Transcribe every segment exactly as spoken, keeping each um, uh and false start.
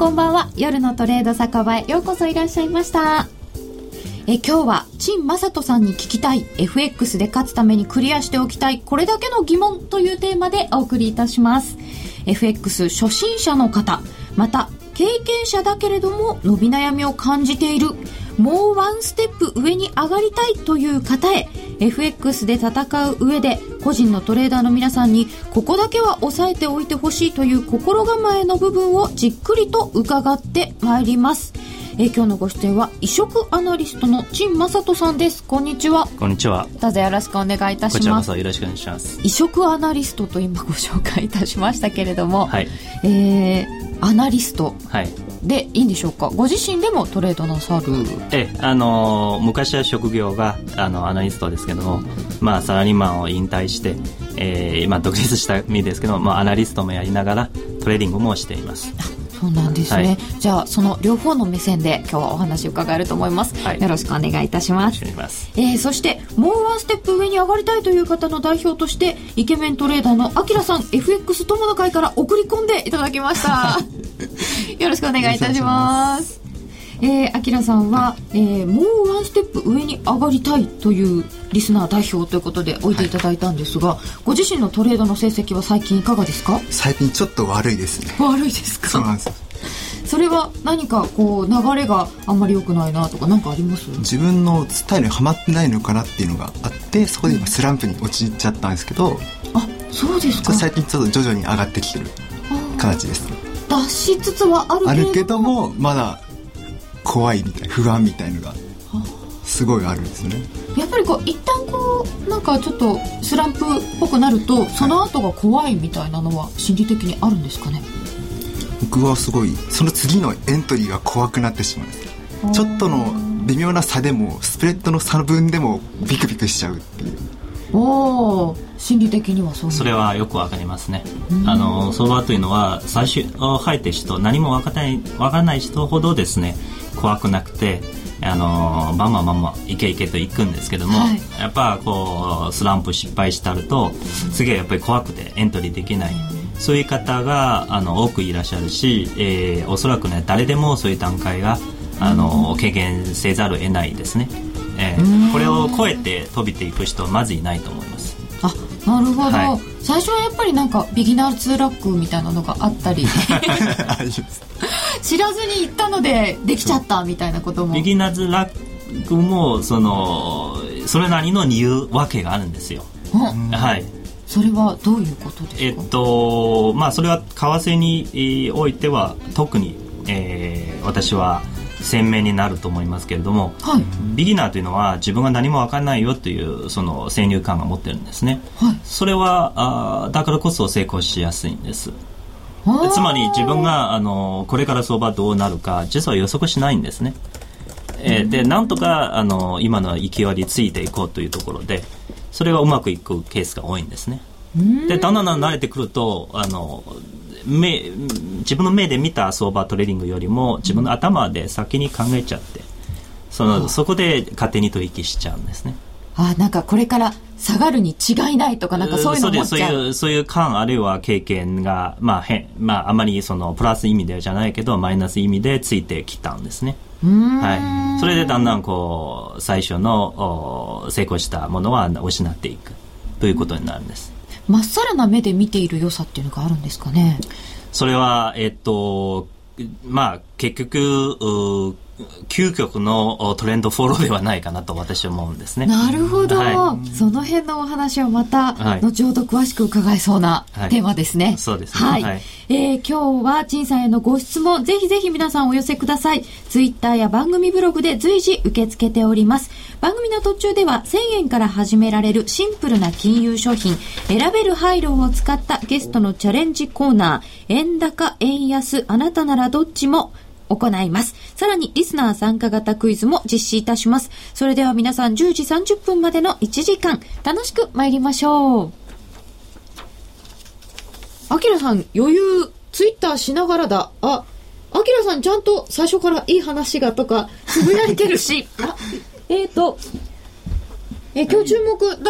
こんばんは。夜のトレード酒場へようこそいらっしゃいました。え今日は陳正人さんに聞きたい エフエックス で勝つためにクリアしておきたいこれだけの疑問というテーマでお送りいたします。 エフエックス 初心者の方、また経験者だけれども伸び悩みを感じている、もうワンステップ上に上がりたいという方へ エフエックス で戦う上で個人のトレーダーの皆さんにここだけは押さえておいてほしいという心構えの部分をじっくりと伺ってまいります。え今日のご出演は異色アナリストの陳正人さんです。こんにちは。 こんにちは。 どうぞよろしくお願いいたします。 こちらこそよろしくお願いします。 異色アナリストと今ご紹介いたしましたけれども、 はい、 えー、アナリスト、 はいでいいんでしょうか。ご自身でもトレードなさる。 えあの昔は職業があのアナリストですけども、まあ、サラリーマンを引退して、えーまあ、独立した身ですけども、まあ、アナリストもやりながらトレーディングもしています。 そうなんですね、 はい、 じゃあその両方の目線で今日はお話を伺えると思います、はい、よろしくお願いいたします。 よろしくお願いします。 えー、そしてもうワンステップ上に上がりたいという方の代表としてイケメントレーダーのアキラさん エフエックス 友の会から送り込んでいただきましたよろしくお願いいたします。えー、アキラさんは、えー、もうワンステップ上に上がりたいというリスナー代表ということでおいていただいたんですが、はい、ご自身のトレードの成績は最近いかがですか？ 最近ちょっと悪いですね。 悪いですか？ そうなんです。 それは何かこう流れがあんまり良くないなとか何かあります？ 自分のスタイルにはまってないのかなっていうのがあって、そこで今スランプに陥っちゃったんですけど、 あ、そうですか。 最近ちょっと徐々に上がってきてる形です。 脱しつつはあるけれども、あるけどもまだ怖いみたいな不安みたいのがすごいあるんですね。 やっぱりこう一旦こうなんかちょっとスランプっぽくなるとその後が怖いみたいなのは心理的にあるんですかね？ 僕はすごいその次のエントリーが怖くなってしまうんです。ちょっとの微妙な差でもスプレッドの差分でもビクビクしちゃうっていう。 おー、心理的にはそう。 それはよくわかりますね。あの相場というのは最初入ってる人、何もわからないわからない人ほどですね怖くなくて、あのバンバンバンバンいけいけといくんですけども、はい、やっぱこうスランプ失敗したると次はやっぱり怖くてエントリーできない、そういう方があの多くいらっしゃるし、えー、おそらくね誰でもそういう段階があの経験せざるを得ないですね。えー、これを超えて飛びていく人はまずいないと思います。 あ、なるほど、 はい、 最初はやっぱりなんかビギナーズラックみたいなのがあったり知らずに行ったのでできちゃったみたいなことも。 ビギナーズラックもそのそれなりの理由わけがあるんですよ。はい。 それはどういうことですか？ えっとまあそれは為替においては特に、えー、私は鮮明になると思いますけれども、はい、ビギナーというのは自分が何も分からないよというその先入観が持ってるんですね、はい、それはあだからこそ成功しやすいんです。つまり自分があのこれから相場どうなるか実は予測しないんですね、えー、でなんとかあの今の勢いについていこうというところでそれがうまくいくケースが多いんですね。でだんだんだんだん慣れてくるとあの目自分の目で見た相場トレーディングよりも自分の頭で先に考えちゃってそのそこで勝手に取引しちゃうんですね。 あ、なんかこれから下がるに違いないとかなんかそういうの思っちゃう。 そういうそういう感あるいは経験がまあへまああまりそのプラス意味でじゃないけどマイナス意味でついてきたんですね。はい。それでだんだんこう最初の成功したものは失っていくということになるんです。 まっさらな目で見ている良さっていうのがあるんですかね？ それはえっとまあ結局究極のトレンドフォローではないかなと私は思うんですね。 なるほど、 はい、 その辺のお話はまた後ほど詳しく伺えそうなテーマですね。はい、 そうですね。 はいはい、えー、今日は陳さんへのご質問ぜひぜひ皆さんお寄せください。ツイッターや番組ブログで随時受け付けております。番組の途中ではせんえんから始められるシンプルな金融商品選べる廃炉を使ったゲストのチャレンジコーナー円高円安あなたならどっちも行います。さらにリスナー参加型クイズも実施いたします。それでは皆さんじゅうじさんじゅっぷんまでのいちじかん楽しく参りましょう。あきらさん余裕ツイッターしながらだ。あ、あきらさんちゃんと最初からいい話がとかつぶやいてるしあ、えーとえ今日注目だっ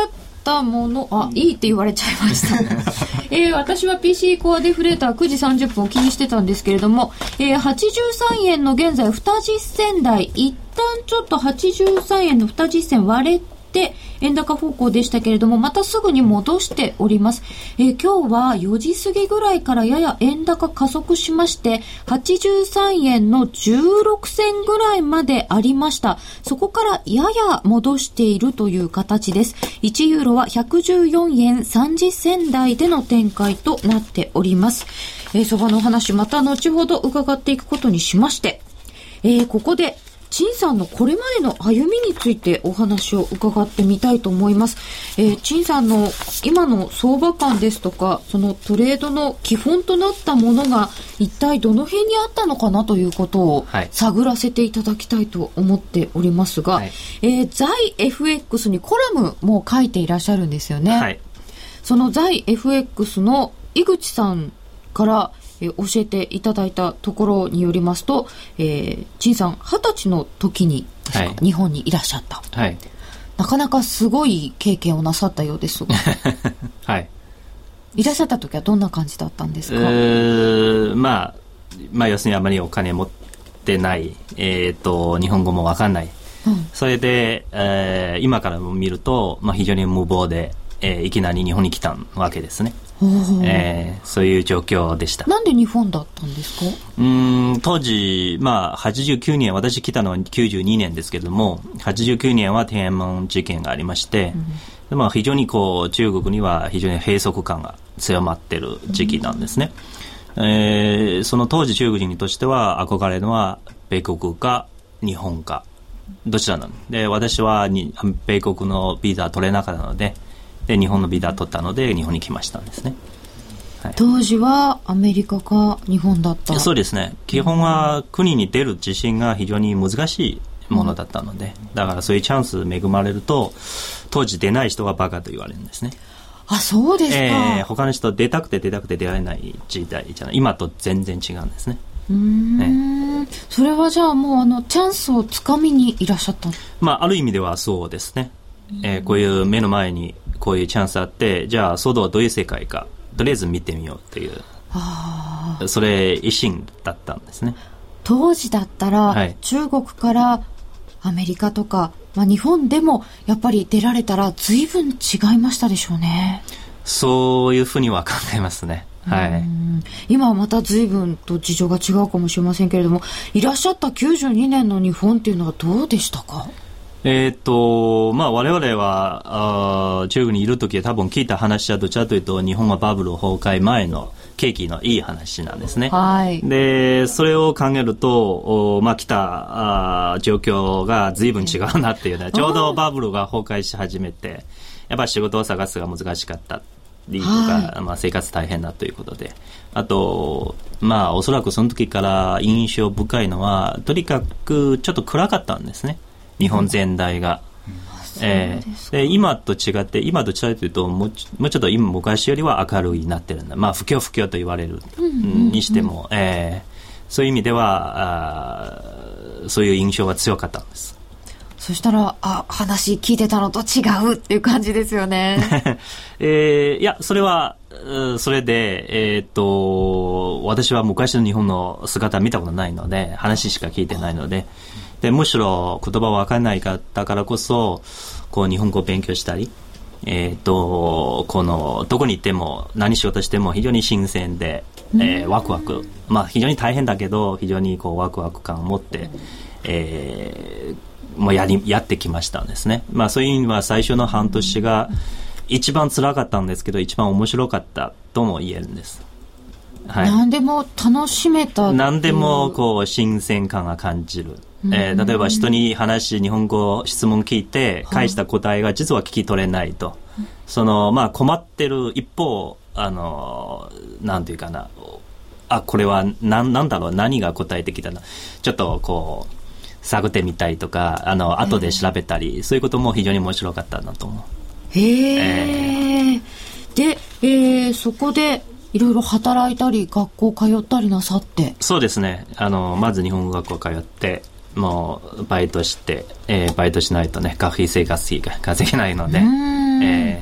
ったもの、あ、いいって言われちゃいました、えー、私は ピーシー コアデフレーターくじさんじゅっぷんを気にしてたんですけれども、えー、はちじゅうさんえんの現在にじゅっ銭台、一旦ちょっとはちじゅうさんえんのにじゅっ銭割れて円高方向でしたけれども、またすぐに戻しております。えー、今日はよじ過ぎぐらいからやや円高加速しまして、はちじゅうさんえんのじゅうろく銭ぐらいまでありました。そこからやや戻しているという形です。いちユーロはひゃくじゅうよんえんさんじゅっ銭台での展開となっております。えー、相場の話また後ほど伺っていくことにしまして、えー、ここで陳さんのこれまでの歩みについてお話を伺ってみたいと思います。えー、陳さんの今の相場感ですとか、そのトレードの基本となったものが一体どの辺にあったのかなということを探らせていただきたいと思っておりますが、はい、えー、ザイ エフエックス にコラムも書いていらっしゃるんですよね。はい、そのザイ エフエックス の井口さんからえ教えていただいたところによりますと、えー、陳さんはたちの時に、はい、日本にいらっしゃった、はい、なかなかすごい経験をなさったようですが、はい、いらっしゃった時はどんな感じだったんですか？ うー、まあ、まあ要するにあまりお金持ってない、えー、と日本語も分かんない、うん、それで、えー、今から見ると、まあ、非常に無謀で、えー、いきなり日本に来たわけですね。えー、そういう状況でした。 なんで日本だったんですか？ うーん、当時、まあ、はちじゅうきゅうねん、私来たのはきゅうじゅうにねんですけれども、はちじゅうきゅうねんは天安門事件がありまして、うん、でまあ、非常にこう中国には非常に閉塞感が強まっている時期なんですね。うん、えー、その当時中国人としては憧れのは米国か日本かどちらなので、私はに米国のビザ取れなかったので、で日本のビザ取ったので日本に来ましたんですね。はい、 当時はアメリカか日本だった。 そうですね。基本は国に出る自信が非常に難しいものだったので、うん、だからそういうチャンス恵まれると当時出ない人がバカと言われるんですね。 あ、そうですか。 えー、他の人出たくて出たくて出会えない時代じゃない、今と全然違うんですね。 うーん、ね、それはじゃあもうあのチャンスをつかみにいらっしゃった。 まあある意味ではそうですね。えー、こういう目の前にこういうチャンスあって、じゃあ外はどういう世界かとりあえず見てみようっていう、あ、それ一心だったんですね。 当時だったら、はい、中国からアメリカとか、まあ、日本でもやっぱり出られたら随分違いましたでしょうね。 そういうふうには考えますね。はい、 今はまた随分と事情が違うかもしれませんけれども、いらっしゃったきゅうじゅうにねんの日本っていうのはどうでしたか？ えーっとまあ、我々はあ中国にいるときは多分聞いた話はどちらというと日本はバブル崩壊前の景気のいい話なんですね。はい、でそれを考えると、まあ、来たあ状況が随分違うなっていうね。ちょうどバブルが崩壊し始めてやっぱり仕事を探すが難しかったりとか、はい、まあ、生活大変だということで、あと、まあ、おそらくその時から印象深いのはとにかくちょっと暗かったんですね、日本全体が。うん、えー、で今と違って今と違うというともうち、もうちょっと今昔よりは明るいなってるんだ、まあ、不況不況と言われるにしても、うんうんうん、えー、そういう意味ではあそういう印象が強かったんです。 そしたらあ話聞いてたのと違うっていう感じですよね。 えー、いやそれはそれで、えー、っと私は昔の日本の姿見たことないので話しか聞いてないので、でむしろ言葉分からないかったからこそこう日本語を勉強したり、えー、っとこのどこに行っても何しようとしても非常に新鮮で、えー、ワクワク、まあ、非常に大変だけど非常にこうワクワク感を持って、えーもう や, りやってきましたんですね。まあ、そういう意味は最初の半年が一番辛かったんですけど一番面白かったとも言えるんです。 はい、何でも楽しめた。 何でもこう新鮮感が感じる、えー、例えば人に話日本語質問聞いて返した答えが実は聞き取れないと、はい、そのまあ困ってる一方あのなんていうかなあこれは何なんだろう何が答えてきたのちょっとこう探ってみたいとかあの後で調べたり、えー、そういうことも非常に面白かったなと思う。 へー、えー、で、えー、そこでいろいろ働いたり学校通ったりなさって。 そうですね、あのまず日本語学校通ってもうバイトして、えー、バイトしないとね学費生活費が稼げないので、えー、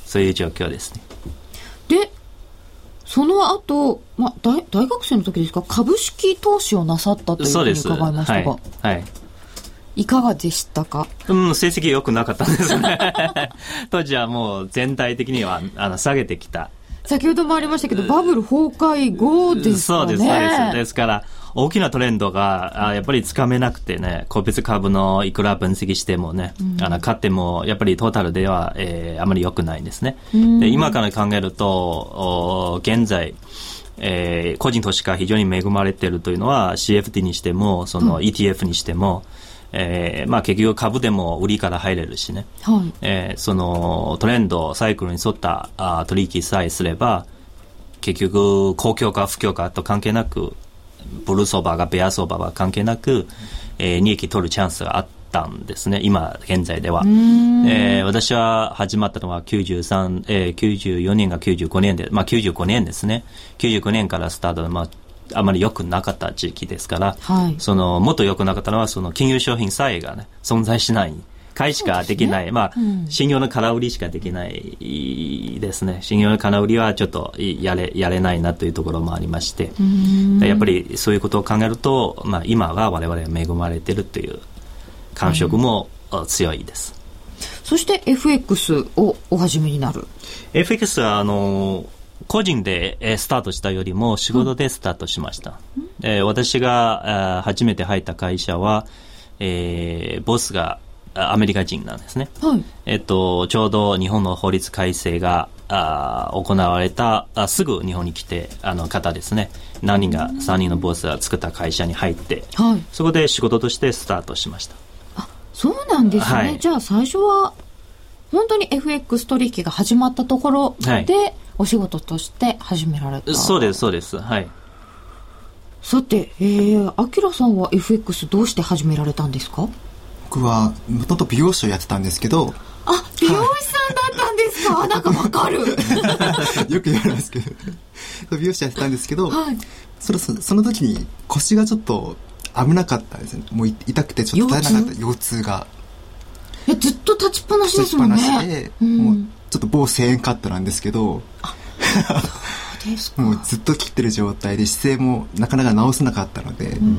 そういう状況ですね。 でその後、まあ、大, 大学生の時ですか、株式投資をなさったというふうに伺いましたが、 はいはい、 いかがでしたか？ うん、成績良くなかったんですね当時はもう全体的にはあの下げてきた。 先ほどもありましたけどバブル崩壊後ですかね。 そうですそうです。ですから大きなトレンドがやっぱりつかめなくてね、個別株のいくら分析してもね、うん、あの買ってもやっぱりトータルでは、えー、あまり良くないんですね。で今から考えると現在、えー、個人投資家非常に恵まれているというのは シーエフティー にしてもその イーティーエフ にしても、うん、えーまあ、結局株でも売りから入れるしね、はいえー、そのトレンドサイクルに沿ったあ取引さえすれば結局好況か不況かと関係なくブルー相場がベア相場は関係なく、えー、利益取るチャンスがあったんですね。今現在では、えー、私は始まったのはきゅうじゅうさん、えー、きゅうじゅうよねんがきゅうじゅうごねんで、まあ、きゅうじゅうごねんですね。きゅうじゅうごねんからスタートで、まあ、あまり良くなかった時期ですから、はい、そのもっと良くなかったのはその金融商品さえが、ね、存在しない買いしかできない、ねまあうん、信用の空売りしかできないですね。信用の空売りはちょっとやれ、やれないなというところもありまして、やっぱりそういうことを考えると、まあ、今は我々は恵まれているという感触も強いです、 うん、そして エフエックス をお始めになる。 エフエックス はあの個人でスタートしたよりも仕事でスタートしました、うんえー、私が初めて入った会社は、えー、ボスがアメリカ人なんですね、はいえっと、ちょうど日本の法律改正があ行われたあすぐ日本に来てあの方ですね。何人がさんにんのボスが作った会社に入って、はい、そこで仕事としてスタートしました。 あ、そうなんですね、はい、じゃあ最初は本当に エフエックス 取引が始まったところで、はい、お仕事として始められた。 そうですそうです、はい。 さて、えー、アキラさんは エフエックス どうして始められたんですか？ 僕はもともと美容師をやってたんですけど。 あ、美容師さんだったんですか？はい、なんかわかるよく言われますけど美容師やってたんですけど、はい、そ, その時に腰がちょっと危なかったんですね。もう痛くてちょっと耐えなかった。腰痛がえずっと立ちっぱなしですもんね。 立ちっぱなしで、うん、もうちょっと某せんえんカットなんですけど、あそうですか。 もうずっと切ってる状態で姿勢もなかなか直せなかったので、うん、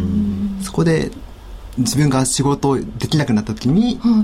そこで自分が仕事をできなくなった時に、はい、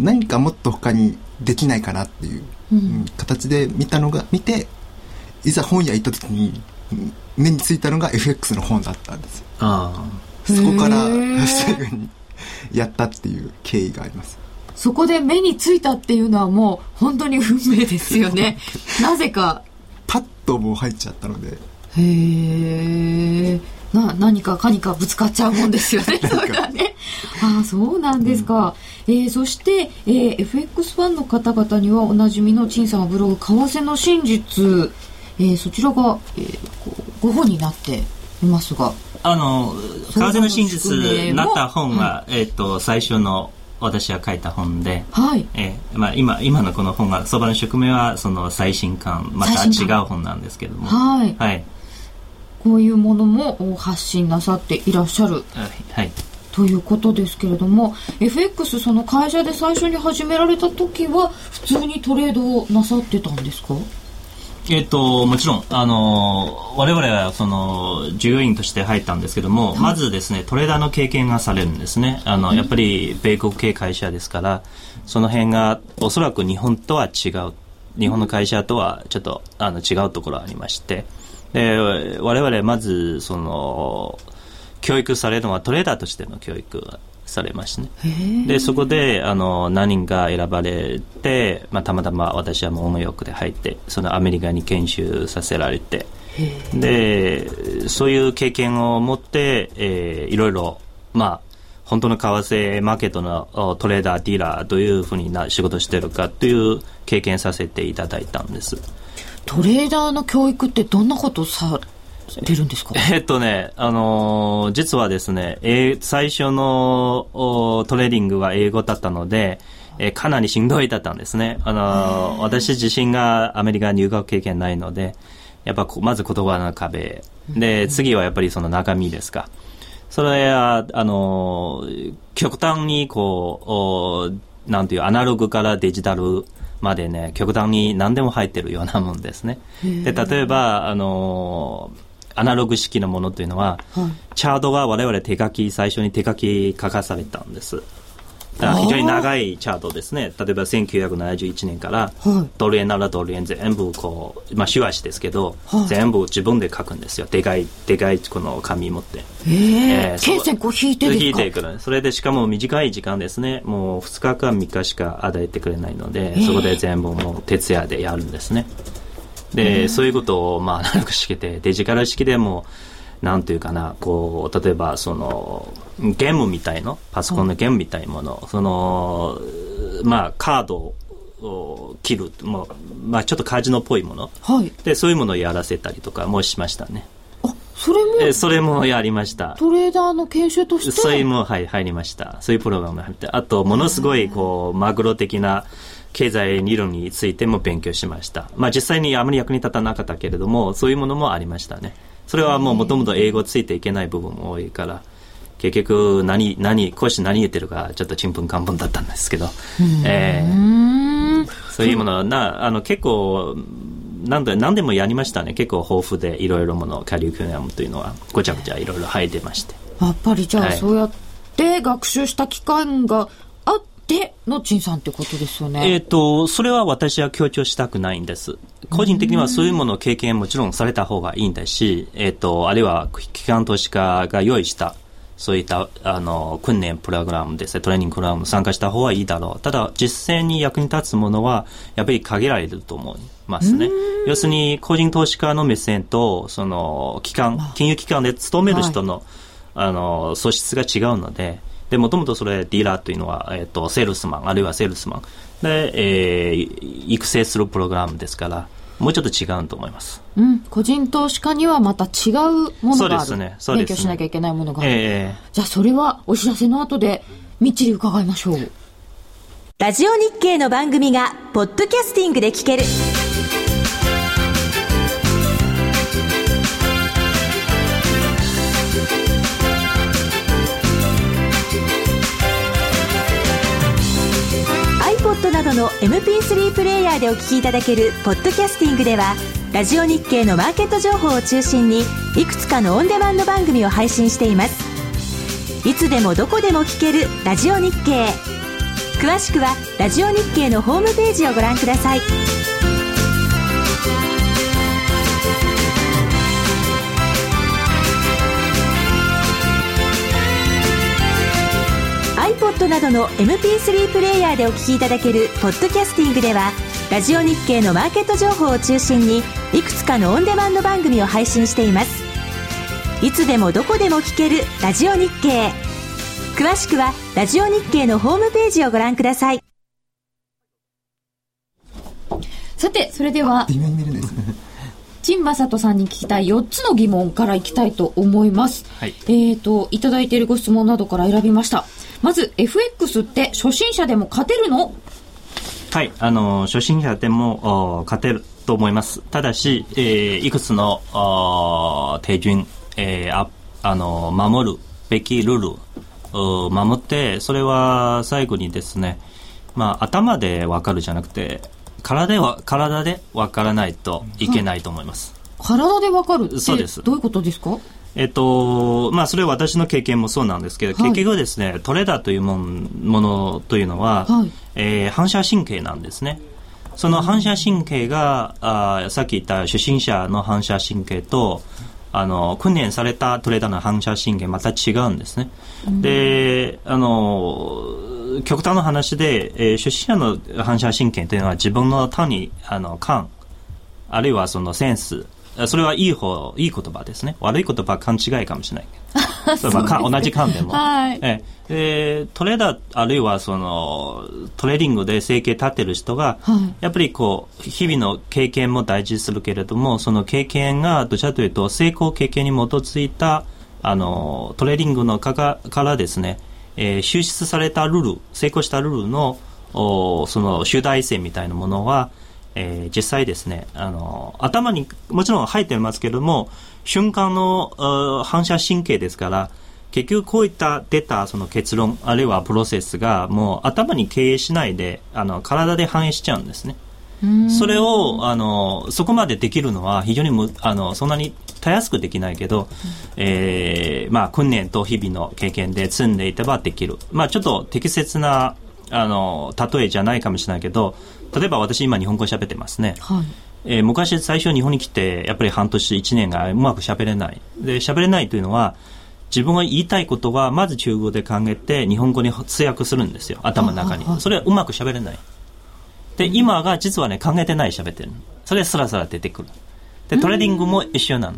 何かもっと他にできないかなっていう、うん、形で見たのが見て、いざ本屋行った時に目についたのが エフエックス の本だったんですよ。あそこからすぐにやったっていう経緯があります。 そこで目についたっていうのはもう本当に運命ですよねなぜかパッともう入っちゃったので。 へーな何かかにかぶつかっちゃうもんですよねそれはね。ああそうなんですか、うんえー、そして、えー、エフエックス ファンの方々にはおなじみの陳さんのブログ為替の真実、えー、そちらが、えー、ご本になっていますが、 あの為替の真実になった本は、はいえー、と最初の私が書いた本で、はいえーまあ、今, 今のこの本が相場の宿命はその最新刊また違う本なんですけども、はい、はいこういうものも発信なさっていらっしゃる、はい、ということですけれども、 エフエックス その会社で最初に始められた時は普通にトレードをなさってたんですか？ えっともちろんあの我々はその従業員として入ったんですけども、はい、まずですねトレーダーの経験がされるんですね。あの、うん、やっぱり米国系会社ですからその辺がおそらく日本とは違う、日本の会社とはちょっとあの違うところがありまして、で我々まずその教育されるのはトレーダーとしての教育がされましてね。でそこであの何人が選ばれて、まあ、たまたま私はもう運よくで入ってそのアメリカに研修させられて、でそういう経験を持って、えー、いろいろまあ本当の為替マーケットのトレーダーディーラーどういうふうにな仕事してるかという経験させていただいたんです。 トレーダーの教育ってどんなことされるんですか？ えっとね、あのー、実はですね、えー、最初のトレーディングは英語だったので、えー、かなりしんどいだったんですね。あのー、私自身がアメリカ入学経験ないので、やっぱまず言葉の壁で、次はやっぱりその中身ですか。それはあのー、極端にこうなんていうアナログからデジタルまでね、極端に何でも入ってるようなもんですね。で、例えば、あのー、アナログ式のものというのは、はい、チャートが我々手書き、最初に手書き書かされたんです。だから非常に長いチャートですね。例えばせんきゅうひゃくななじゅういちねんから、はい、ドル円ならドル円全部こう、まあ手話ですけど、はい、全部自分で書くんですよ。でかい、でかいこの紙持って。 えー、えー、罫線こう引いてですか？ 引いていくの。それでしかも短い時間ですね。もうふつかかんみっかしか与えてくれないので、えー、そこで全部もう徹夜でやるんですね。で、えー、そういうことをまあアナログ式で、デジタル式でも、なんていうかな、こう、例えば、その、ゲームみたいの、パソコンのゲームみたいなもの、その、まあ、カードを切る、もう、まあ、ちょっとカジノっぽいもの。はい。で、そういうものをやらせたりとかもしましたね。 あ、それもえそれもやりました。 トレーダーの研修としてそういうも、はい、入りました。そういうプログラムが入って、あと、ものすごい、こう、マグロ的な、経済理論についても勉強しました。まあ、実際にあまり役に立たなかったけれども、そういうものもありましたね。それはもうもともと英語ついていけない部分も多いから、結局何、何、講師何言ってるかちょっとちんぷんかんぷんだったんですけど、えー、そういうものはな、あの結構、なんで、何でもやりましたね。結構豊富でいろいろもの、カリキュラムというのはごちゃごちゃいろいろ入ってまして。 やっぱりじゃあ、はい、そうやって学習した期間があっての陳さんってことですよね。 えっと、それは私は強調したくないんです。個人的にはそういうものを経験もちろんされた方がいいんだし、えっと、あるいは機関投資家が用意した、そういった、あの、訓練プログラムですね、トレーニングプログラム参加した方がいいだろう。ただ、実践に役に立つものは、やっぱり限られると思いますね。要するに、個人投資家の目線と、その、機関、金融機関で勤める人の、はい、あの、素質が違うので、で、もともとそれ、ディーラーというのは、えっと、セールスマン、あるいはセールスマンで、えー、育成するプログラムですから、もうちょっと違うと思います。 うん。個人投資家にはまた違うものがある。そうですね。そうですね。勉強しなきゃいけないものがある。えー、じゃあ、それはお知らせの後で、みっちり伺いましょう。 ラジオ日経の番組が、ポッドキャスティングで聞ける。iPod などの エムピースリー プレイヤーでお聞きいただけるポッドキャスティングでは、ラジオ日経のマーケット情報を中心にいくつかのオンデマンド番組を配信しています。いつでもどこでも聞けるラジオ日経。詳しくはラジオ日経のホームページをご覧ください。iPod などの エムピースリー プレイヤーでお聞きいただけるポッドキャスティングでは、ラジオ日経のマーケット情報を中心にいくつかのオンデマンド番組を配信しています。いつでもどこでも聞けるラジオ日経。詳しくはラジオ日経のホームページをご覧ください。 さて、それでは陳正人さんに聞きたいよっつの疑問からいきたいと思います。はい、えっといただいているご質問などから選びました。まず エフエックス って初心者でも勝てるの？ はい、あの初心者でも勝てると思います。ただし、えー、いくつの手順、えー、ああの守るべきルールを守って、それは最後にですね、まあ、頭で分かるじゃなくて体は体で分からないといけないと思います。 はい、体で分かるってそうです。 どういうことですか？ えっと、まあ、それは私の経験もそうなんですけど、はい、結局ですね、トレーダーというものというのは、はい、えー、反射神経なんですね。その反射神経が、あさっき言った初心者の反射神経と、あの、訓練されたトレーダーの反射神経また違うんですね。うん、で、あの、極端な話で、えー、初心者の反射神経というのは自分の単に、あの、感、あるいはそのセンス、それはいい方、いい言葉ですね。悪い言葉は勘違いかもしれない。それまあ同じ勘でも。はい、ええ、トレーダーあるいはそのトレーディングで生計立ってる人が、はい、やっぱりこう日々の経験も大事するけれども、その経験がどちらかというと成功経験に基づいたあのトレーディングのかかからですね、えー、抽出されたルール、成功したルールのその集大成みたいなものは。えー、実際ですね、あの頭にもちろん入ってますけれども、瞬間の反射神経ですから、 結局こういった出たその結論あるいはプロセスがもう頭に経営しないであの体で反映しちゃうんですね。それをあのそこまでできるのは非常にむあのそんなにたやすくできないけど、えーまあ、訓練と日々の経験で積んでいけばできる、まあ、ちょっと適切なあの例えじゃないかもしれないけど、例えば私今日本語喋ってますね、はいえー、昔最初日本に来てやっぱり半年いちねんがうまく喋れないで喋れないというのは自分が言いたいことはまず中国語で考えて日本語に通訳するんですよ頭の中に。それはうまく喋れないで、今が実はね考えてない喋ってる。それスラスラ出てくる。でトレーディングも一緒なの。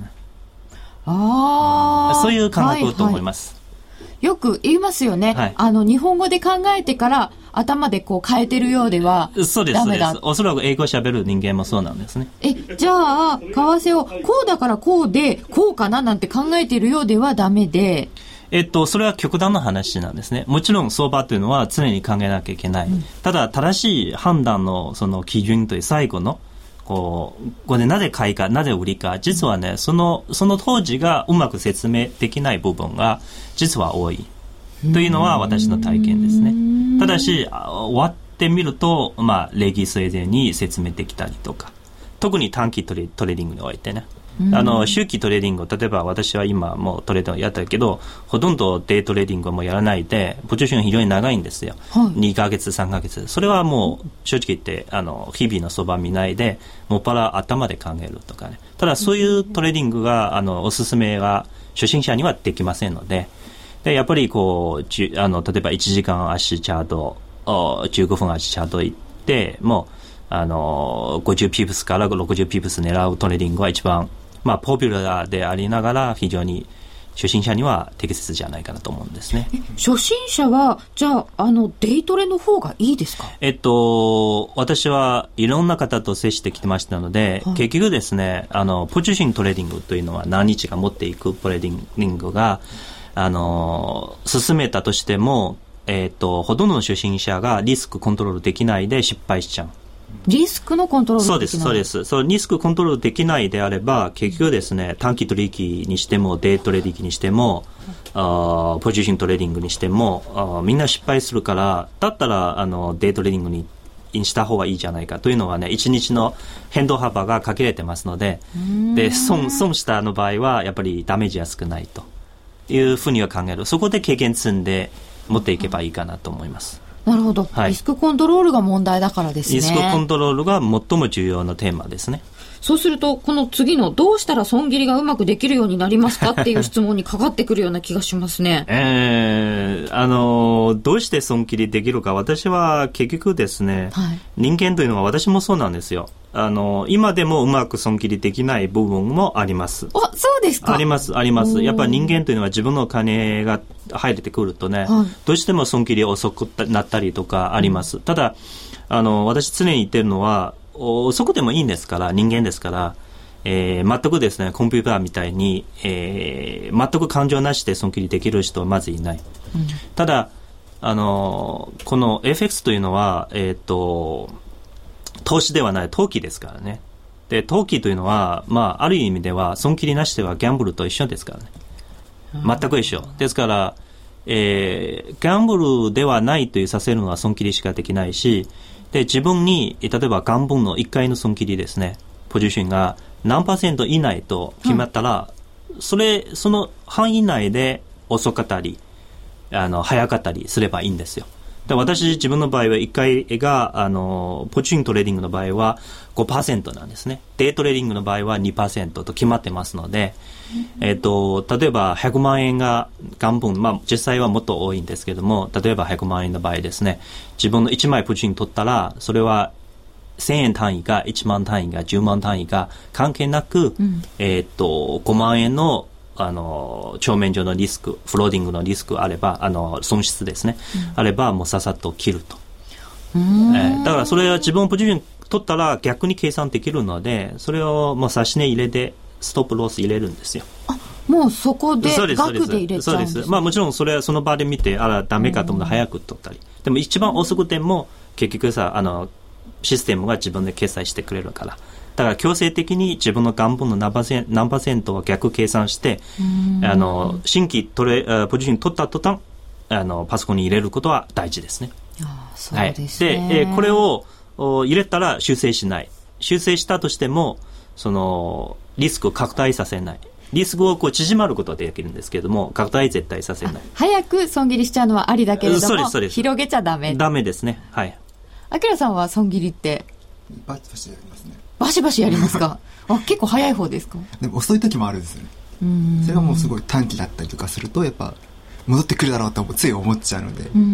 ああ、そういう感覚だと思います。 はいはい、よく言いますよね。はい、あの日本語で考えてから頭でこう変えてるようではダメだ。 そうですそうです。おそらく英語喋る人間もそうなんですね。 え、じゃあ為替をこうだからこうでこうかななんて考えているようではダメで。 えっと、それは極端な話なんですね。もちろん相場というのは常に考えなきゃいけない。うん、ただ、正しい判断のその基準という最後の、こう、これなぜ買いか、なぜ売りか、実はね、その、その当時がうまく説明できない部分が実は多い。というのは私の体験ですね。ただし、終わってみると、まあ、礼儀正常に説明できたりとか、特に短期トレ、トレーディングにおいてね。あの周期トレーディングを例えば私は今もうトレードやったけどほとんどデイトレーディングをもやらないでポジション非常に長いんですよ、はい、にかげつさんかげつ。それはもう正直言ってあの日々の相場見ないでもっぱら頭で考えるとかね。ただそういうトレーディングがあのおすすめが初心者にはできませんので、でやっぱりこうじあの例えばいちじかん足チャートじゅうごふん足チャート行ってもうあのごじゅうピープスからろくじゅうピープス狙うトレーディングは一番まあ、ポピュラーでありながら非常に初心者には適切じゃないかなと思うんですね。 初心者はじゃあ、あのデイトレの方がいいですか？ えっと私はいろんな方と接してきてましたので、はい、結局ですねあのポジショントレーディングというのは何日か持っていくトレーディングがあの進めたとしても、えっとほとんどの初心者がリスクコントロールできないで失敗しちゃう。 リスクのコントロールできない。 そうですそうです。そうリスクコントロールできないであれば結局ですね短期取引にしてもデイトレーディングにしてもあポジショントレーディングにしてもあみんな失敗するからだったらあのデイトレーディングにした方がいいじゃないかというのはねいちにちの変動幅が限られてますのでで 損, 損したの場合はやっぱりダメージは少ないというふうには考える。そこで経験積んで持っていけばいいかなと思います。 なるほど、はい、リスクコントロールが問題だからですね。 リスクコントロールが最も重要なテーマですね。 そうするとこの次のどうしたら損切りがうまくできるようになりますかっていう質問にかかってくるような気がしますね。 えー、あのどうして損切りできるか。私は結局ですね、はい、人間というのは私もそうなんですよ。あの今でもうまく損切りできない部分もあります。 あ、そうですか。 ありますあります。やっぱり人間というのは自分の金が入れてくるとね、はい、どうしても損切り遅くなったりとかあります、うん、ただあの私常に言ってるのは遅くてもいいんですから人間ですから、えー、全くですねコンピューターみたいに、えー、全く感情なしで損切りできる人はまずいない、うん、ただあのこの エフエックス というのは、えー、と投資ではない投機ですからね。で投機というのは、まあ、ある意味では損切りなしではギャンブルと一緒ですからね。全く一緒ですから、えー、ギャンブルではないというさせるのは損切りしかできないしで自分に例えば元本のいっかいの損切りですねポジションが何パーセント以内と決まったら、うん、それその範囲内で遅かったりあの早かったりすればいいんですよ。で私自分の場合はいっかいがあのポジショントレーディングの場合は ごパーセント なんですね。デイトレーディングの場合は にパーセント と決まってますので、うんえー、と例えばひゃくまんえんが元本、まあ、実際はもっと多いんですけども例えばひゃくまんえんの場合ですね自分のいちまいポジション取ったらそれはせんえん単位がいちまん単位がじゅうまん単位が関係なく、うんえー、とごまんえんのあの帳面上のリスクフローディングのリスクあればあの損失ですね、うん、あればもうささっと切ると、えー、だからそれは自分のポジション取ったら逆に計算できるのでそれをもう差し値入れでストップロス入れるんですよ。 あもうそこで額で入れちゃうんです。 そうです。まあもちろんそれはその場で見てあらダメかと思ったら早く取ったりでも一番遅くても結局さあのシステムが自分で決済してくれるからだから強制的に自分の元本の何パーセント、何パーセントを逆計算して、あの新規トレポジション取った途端あのパソコンに入れることは大事ですね。 ああ、そうですね。 はい、で、えー、これを入れたら修正しない。修正したとしてもそのリスクを拡大させない。リスクをこう縮まることはできるんですけれども、拡大絶対させない。 早く損切りしちゃうのはありだけれども、 そうですそうです、 広げちゃダメ。 ダメですね。はい。 あきらさんは損切りってバシバシやりますね。 バシバシやりますか？あ、結構早い方ですか？ でも遅い時もあるんですよね。うん、それがもうすごい短期だったりとかするとやっぱ戻ってくるだろうとつい思っちゃうので、うん、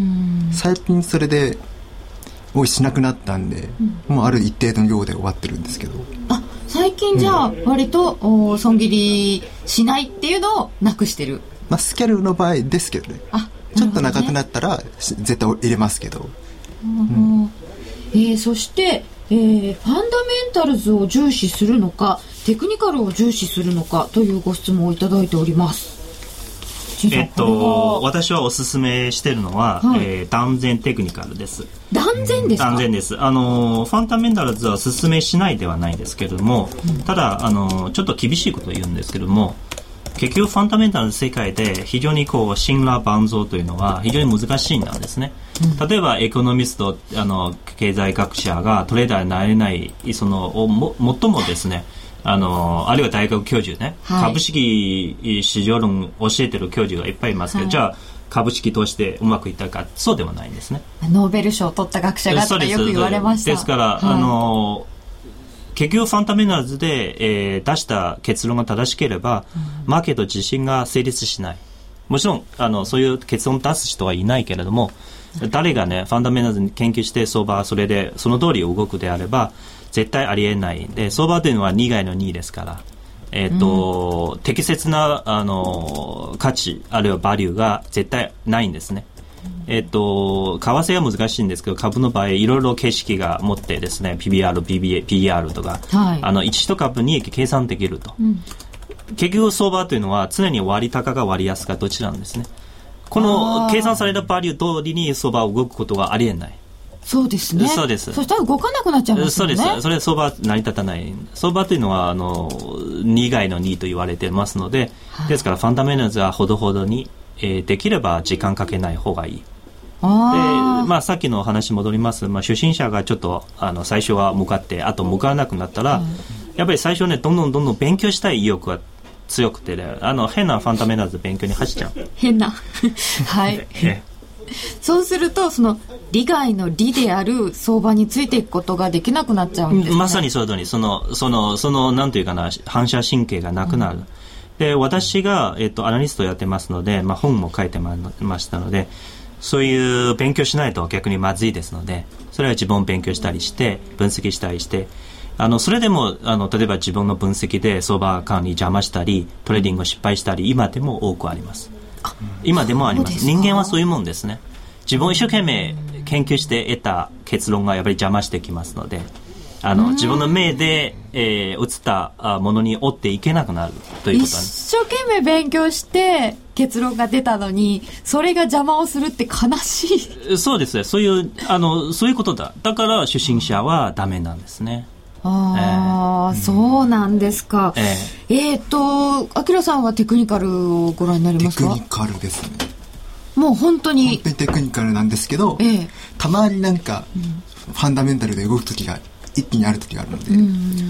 最近それで多いしなくなったんで、うん、もうある一定の量で終わってるんですけど。あ、 最近じゃあ割と、うん、損切りしないっていうのをなくしてる。 まあ、スキャルの場合ですけどね。あ、ちょっと長くなったら絶対入れますけど、 うんうん、えー、そして、えー、ファンダメンタルズを重視するのかテクニカルを重視するのかというご質問をいただいております。 えっと、私はおすすめしているのは、はい、えー、断然テクニカルです。 断然ですか？ 断然です。あのファンダメンタルズはおすすめしないではないですけれども、うん、ただあのちょっと厳しいことを言うんですけれども、結局ファンダメンタルの世界で非常にこう神羅万象というのは非常に難しいんですね、うん、例えばエコノミスト、あの経済学者がトレーダーになれないそのも最もですね、あのあるいは大学教授ね、はい、株式市場論を教えてる教授がいっぱいいますけど、はい、じゃあ株式投資でうまくいったか、そうではないんですね。 ノーベル賞を取った学者がってよく言われました。 ですから、はい、あの結局ファンダメンタルズで、えー、出した結論が正しければ、うん、マーケット自身が成立しない。もちろんあのそういう結論を出す人はいないけれども、誰がねファンダメンタルズに研究して相場はそれでその通り動くであれば絶対ありえないで、相場というのはに外のにですから、えーとうん、適切なあの価値あるいはバリューが絶対ないんですね。えーと、為替は難しいんですけど、株の場合いろいろ形式が持ってですね ピービーアール、ピービーエー、ピーイーアール とか、はい、あのいち株に計算できると、うん、結局相場というのは常に割高か割安かどちらなんですね。この計算されたバリュー通りに相場を動くことはありえない。 そうですね。 そうです。 そしたら動かなくなっちゃいますよね。 そうです。それで相場は成り立たない。相場というのはあのに外のにと言われてますので、はい、ですからファンダメンタルズはほどほどに、えー、できれば時間かけない方がいい。あでまあ、さっきの話戻ります、まあ、初心者がちょっとあの最初は向かってあと向かわなくなったら、うん、やっぱり最初ねどんどんどんどん勉強したい意欲が強くて、ね、あの変なファンダメンタルズ勉強に走っちゃう。 変なはいそうするとその利害の利である相場についていくことができなくなっちゃうんですね。 まさにそういうとおり、そのそのそのなんていうかな反射神経がなくなる、うん、で私が、えっと、アナリストをやってますので、まあ、本も書いてましたので、そういう勉強しないと逆にまずいですので、それは自分を勉強したりして分析したりして、あのそれでもあの例えば自分の分析で相場感に邪魔したりトレーディングを失敗したり今でも多くあります。今でもあります。人間はそういうもんですね。自分を一生懸命研究して得た結論がやっぱり邪魔してきますので、あの自分の目で、えー、映ったものに追っていけなくなるということなんです。 一生懸命勉強して結論が出たのにそれが邪魔をするって悲しい。 そうですね。そういうあのそういうことだ。だから初心者はダメなんですね。 ああ、えー、そうなんですか。えー、えー、とあきらさんはテクニカルをご覧になりますか？ テクニカルですね。 もう本当に本当にテクニカルなんですけど、えー、たまになんか、うん、ファンダメンタルで動く時が一気にある時があるので、うん、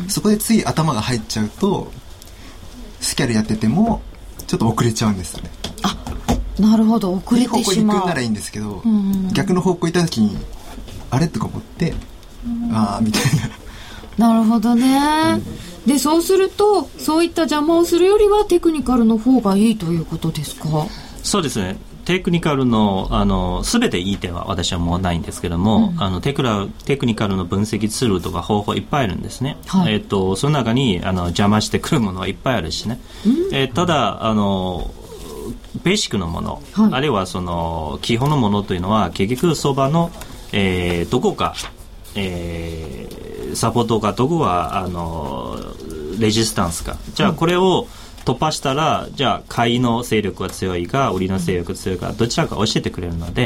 そこでつい頭が入っちゃうとスキャルやっててもちょっと遅れちゃうんですよね。 あ、なるほど、遅れてしまう。いい方向に行くならいいんですけど、うん、逆の方向行った時にあれとか思って、うん、ああみたいな。 なるほどね、うん、でそうするとそういった邪魔をするよりはテクニカルの方がいいということですか？ そうですね。テクニカル の, あの全ていい点は私はもうないんですけども、うん、あの テ, クラテクニカルの分析ツールとか方法いっぱいあるんですね、はい、えー、とその中にあの邪魔してくるものはいっぱいあるしね、うん、えー、ただあのベーシックのもの、はい、あるいはその基本のものというのは結局相場の、えー、どこか、えー、サポートかどこはあのレジスタンスか、じゃあこれを突破したらじゃあ買いの勢力が強いか売りの勢力が強いかどちらか教えてくれるので、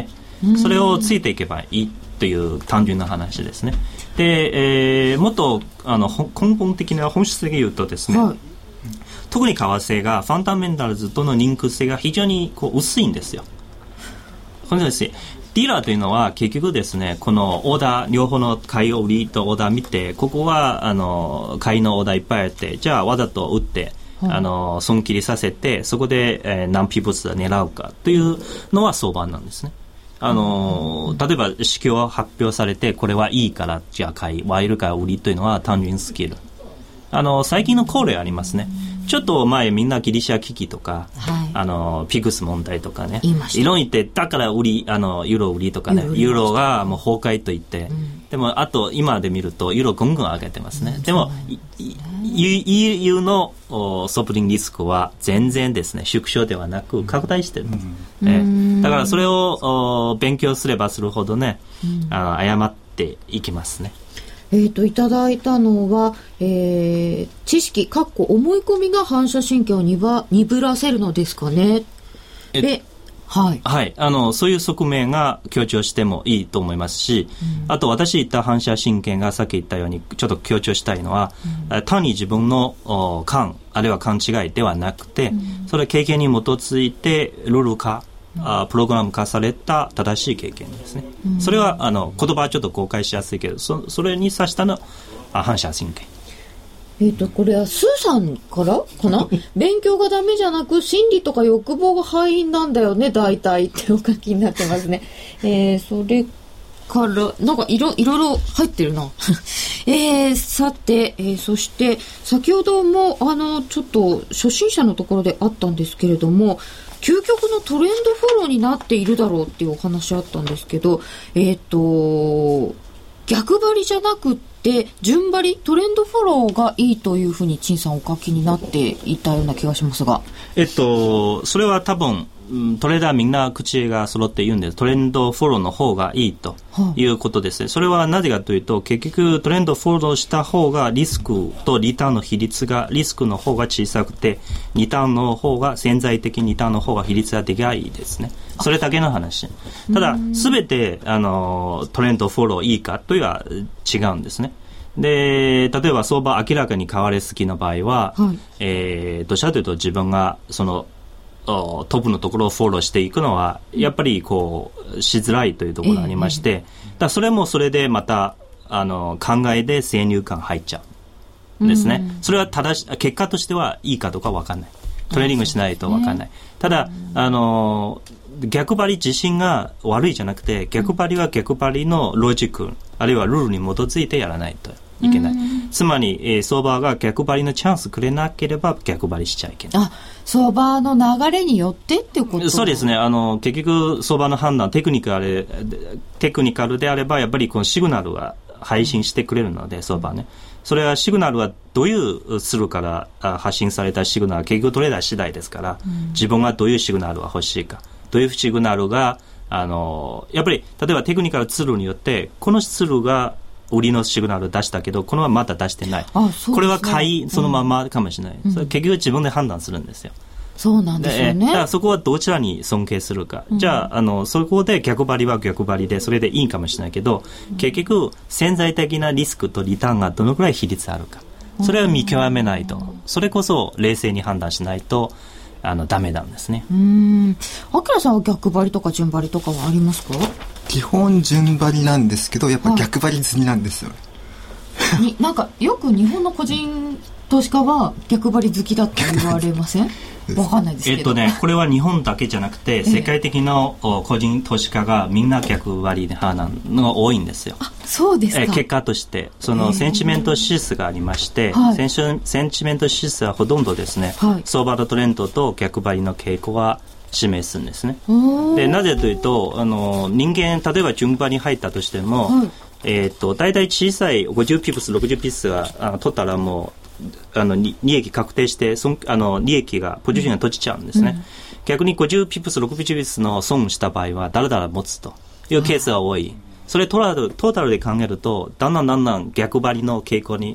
それをついていけばいいという単純な話ですね。で、えー、もっとあの根本的な本質的に言うとですね、はい、特に為替がファンダメンタルズとのリンク性が非常にこう薄いんですよ。このですね、ディーラーというのは結局ですね、このオーダー、両方の買い売りとオーダー見て、ここはあの買いのオーダーいっぱいあって、じゃあわざと売って、はい、あの損切りさせて、そこで、えー、何ピボツ狙うかというのは相場なんですね。あの例えば指標発表されて、これはいいからじゃあ買い、悪いから売りというのは単純スキル。あの最近の恒例ありますね。ちょっと前みんなギリシャ危機とか、はい、あのピグス問題とかね、いろいろ言って、だから売り、あのユーロ売りとかね、ユーロがもう崩壊と言って、うん、でもあと今で見るとユーロぐんぐん上げてますね。うん、でも イーユー のソブリンリスクは全然ですね、縮小ではなく拡大してる、うんえー、だからそれを勉強すればするほどね、うん、あの誤っていきますね。 えー、といただいたのは、えー、知識かっこ思い込みが反射神経を鈍らせるのですかね。で、はい、 はい、あのそういう側面が強調してもいいと思いますし、うん、あと私言った反射神経がさっき言ったようにちょっと強調したいのは、うん、単に自分の勘あるいは勘違いではなくて、うん、それは経験に基づいてルール化、あプログラム化された正しい経験ですね。うん、それはあの言葉はちょっと誤解しやすいけど、 そ, それに指したのは反射神経。 えーとこれはスーさんからかな勉強がダメじゃなく心理とか欲望が敗因なんだよね大体ってお書きになってますね。えー、それからなんかいろいろいろ入ってるな、えー、さて、えー、そして先ほどもあのちょっと初心者のところであったんですけれども、究極のトレンドフォローになっているだろうっていうお話あったんですけど、えっと逆張りじゃなくって順張り、トレンドフォローがいいというふうに陳さんお書きになっていたような気がしますが、 えっとそれは多分トレーダーみんな口が揃って言うんです。トレンドフォローの方がいいということですね。それはなぜかというと、結局トレンドフォローした方がリスクとリターンの比率が、リスクの方が小さくて、リターンの方が潜在的にリターンの方が比率がでかいですね。それだけの話。ただ全てあのトレンドフォローいいかというのは違うんですね。で、例えば相場明らかに買われすぎの場合は、はい、えー、どちらかというと自分がそのトップのところをフォローしていくのはやっぱりこうしづらいというところがありまして、えー、だからそれもそれでまたあの考えで先入観入っちゃうんですね。それは正し結果としてはいいかどうか分かんない。トレーニングしないと分かんない。ただあの逆張り自身が悪いじゃなくて、逆張りは逆張りのロジックあるいはルールに基づいてやらないといけない。つまり、えー、相場が逆張りのチャンスくれなければ逆張りしちゃいけない。 あ、相場の流れによってってこと？ そうですね。あの結局相場の判断テクニカルテクニカルであればやっぱりこのシグナルが配信してくれるので、相場ね。それはシグナルはどういうスルーから発信されたシグナルは結局トレーダー次第ですから、うん、自分がどういうシグナルが欲しいか、どういうシグナルがあのやっぱり例えばテクニカルツールによってこのツールが売りのシグナルを出したけどこのはまだ出してない。あ、そう、これは買いそのままかもしれない、うん、それ結局自分で判断するんですよ。 そうなんですよね。 だからそこはどちらに尊敬するか、うん、じゃあ、あのそこで逆張りは逆張りでそれでいいかもしれないけど、うん、結局潜在的なリスクとリターンがどのくらい比率あるか、それを見極めないと、うん、それこそ冷静に判断しないとあのダメなんですね。 うーん、アキラさんは逆張りとか順張りとかはありますか？ 基本順張りなんですけど、やっぱ逆張り済みなんですよ、 はい、になんかよく日本の個人投資家は逆張り好きだって言われません？わかんないですけど、 えっとね、これは日本だけじゃなくて世界的な個人投資家がみんな逆張りで派なのが多いんですよ。 あ、そうですか。 え結果としてそのセンチメント指数がありまして、はい、センチ、センチメント指数はほとんどですね、はい、相場のトレンドと逆張りの傾向は示すんですね。でなぜというと、あの人間例えば順張りに入ったとしても、はい、えー、と大体小さいごじゅうピプスろくじゅうピプスがあの取ったらもうあの利益確定してそあの利益がポジションが閉じちゃうんですね、うん、逆にごじゅうピプスろくじゅうピプスの損した場合はだらだら持つというケースが多い。それトータル、トータルで考えるとだんだんだんだん逆張りの傾向に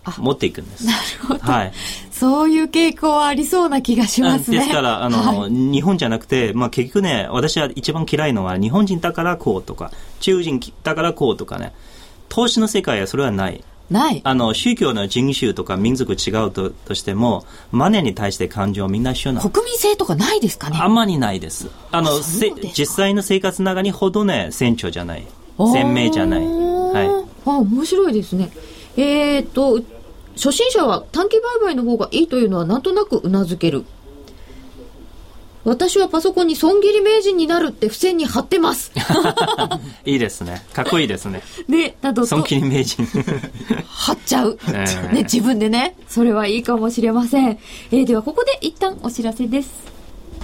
持っていくんです。 なるほど、 はい、 そういう傾向はありそうな気がしますね。 ですからあの、はい、日本じゃなくて、まあ、結局ね、私は一番嫌いのは日本人だからこうとか中人だからこうとかね、投資の世界はそれはないないあの宗教の人種とか民族違う と, としてもマネーに対して感情はみんな一緒なの。 国民性とかないですかね。 あんまりないです。あの実際の生活の中にほどね鮮明じゃない鮮明じゃない、はい、 あ面白いですね。えー、っと初心者は短期売買の方がいいというのはなんとなくうなずける。私はパソコンに損切り名人になるって付箋に貼ってますいいですね、かっこいいですね。 ね、などと損切り名人貼っちゃう、えーね、自分でね、それはいいかもしれません。えー、ではここで一旦お知らせです。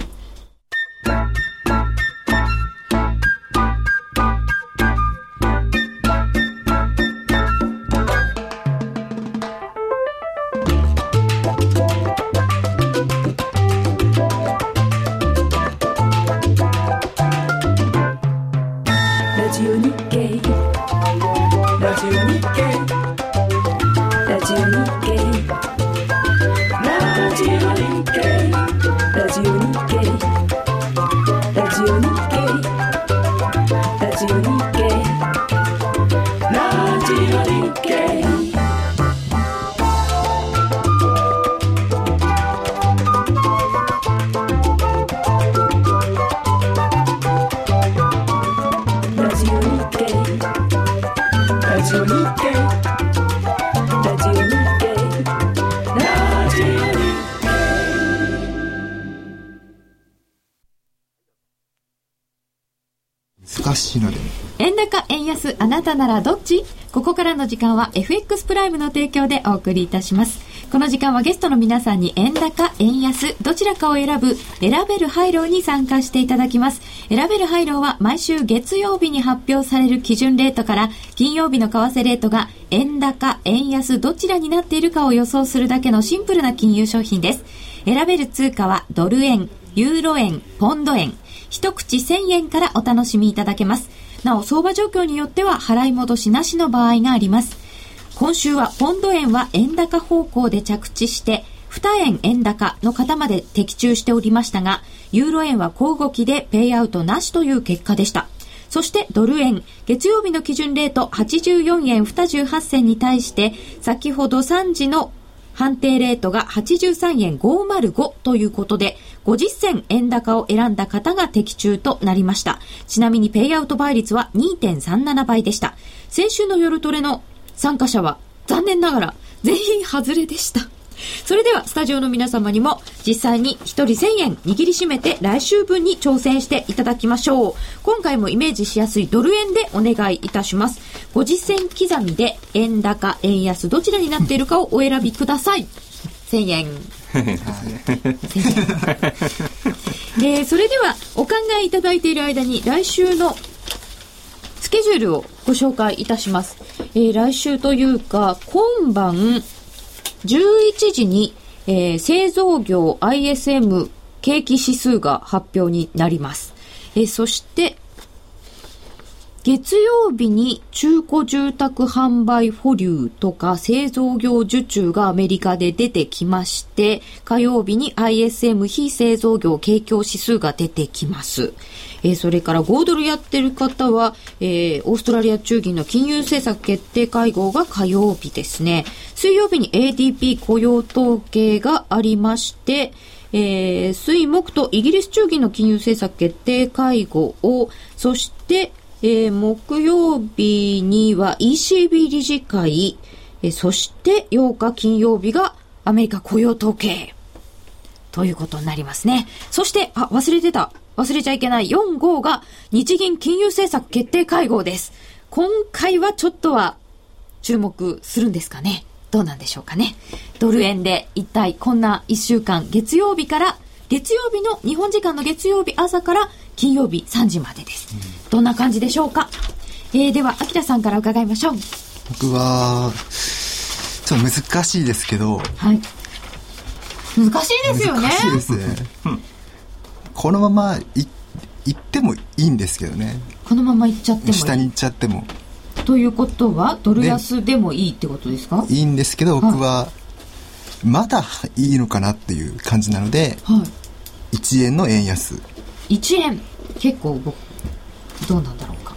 円高円安あなたならどっち？ここからの時間は エフエックス プライムの提供でお送りいたします。この時間はゲストの皆さんに円高円安どちらかを選ぶ選べるハイローに参加していただきます。選べるハイローは毎週月曜日に発表される基準レートから金曜日の為替レートが円高円安どちらになっているかを予想するだけのシンプルな金融商品です。選べる通貨はドル円、ユーロ円、ポンド円、一口せんえんからお楽しみいただけます。なお相場状況によっては払い戻しなしの場合があります。今週はポンド円は円高方向で着地してにえん円高の方まで的中しておりましたが、ユーロ円は小動きでペイアウトなしという結果でした。そしてドル円、月曜日の基準レートはちじゅうよんえんにじゅうはち銭に対して先ほどさんじの判定レートがはちじゅうさんえんごひゃくごということでごじゅっ銭円高を選んだ方が的中となりました。ちなみにペイアウト倍率は にてんさんなな 倍でした。先週の夜トレの参加者は残念ながら全員外れでした。それではスタジオの皆様にも実際にひとりせんえん握りしめて来週分に挑戦していただきましょう。今回もイメージしやすいドル円でお願いいたします。ごじゅっ銭刻みで円高円安どちらになっているかをお選びください。せんえんせんえんえー、それではお考えいただいている間に来週のスケジュールをご紹介いたします。えー、来週というか今晩じゅういちじに、えー、製造業 アイエスエム 景気指数が発表になります。えー、そして月曜日に中古住宅販売保留とか製造業受注がアメリカで出てきまして、火曜日に アイエスエム 非製造業景況指数が出てきます。えー、それからごドルやってる方は、えー、オーストラリア中銀の金融政策決定会合が火曜日ですね。水曜日に エーディーピー 雇用統計がありまして、えー、水木とイギリス中銀の金融政策決定会合を、そしてえー、木曜日には イーシービー 理事会、えー、そしてようか金曜日がアメリカ雇用統計ということになりますね。そしてあ忘れてた忘れちゃいけないよん、ごが日銀金融政策決定会合です。今回はちょっとは注目するんですかね。どうなんでしょうかね。ドル円で一体こんないっしゅうかん月曜日から月曜日の日本時間の月曜日朝から金曜日さんじまでです。どんな感じでしょうか。えー、では秋田さんから伺いましょう。 僕はちょっと難しいですけど、 はい、難しいですよね。 難しいですねこのままい行ってもいいんですけどね。 このまま行っちゃってもいい、 下に行っちゃってもということはドル安でもいいってことですか？ いいんですけど、僕はまだいいのかなっていう感じなので、はい、いちえんの円安。 いちえん結構どうなんだろうか。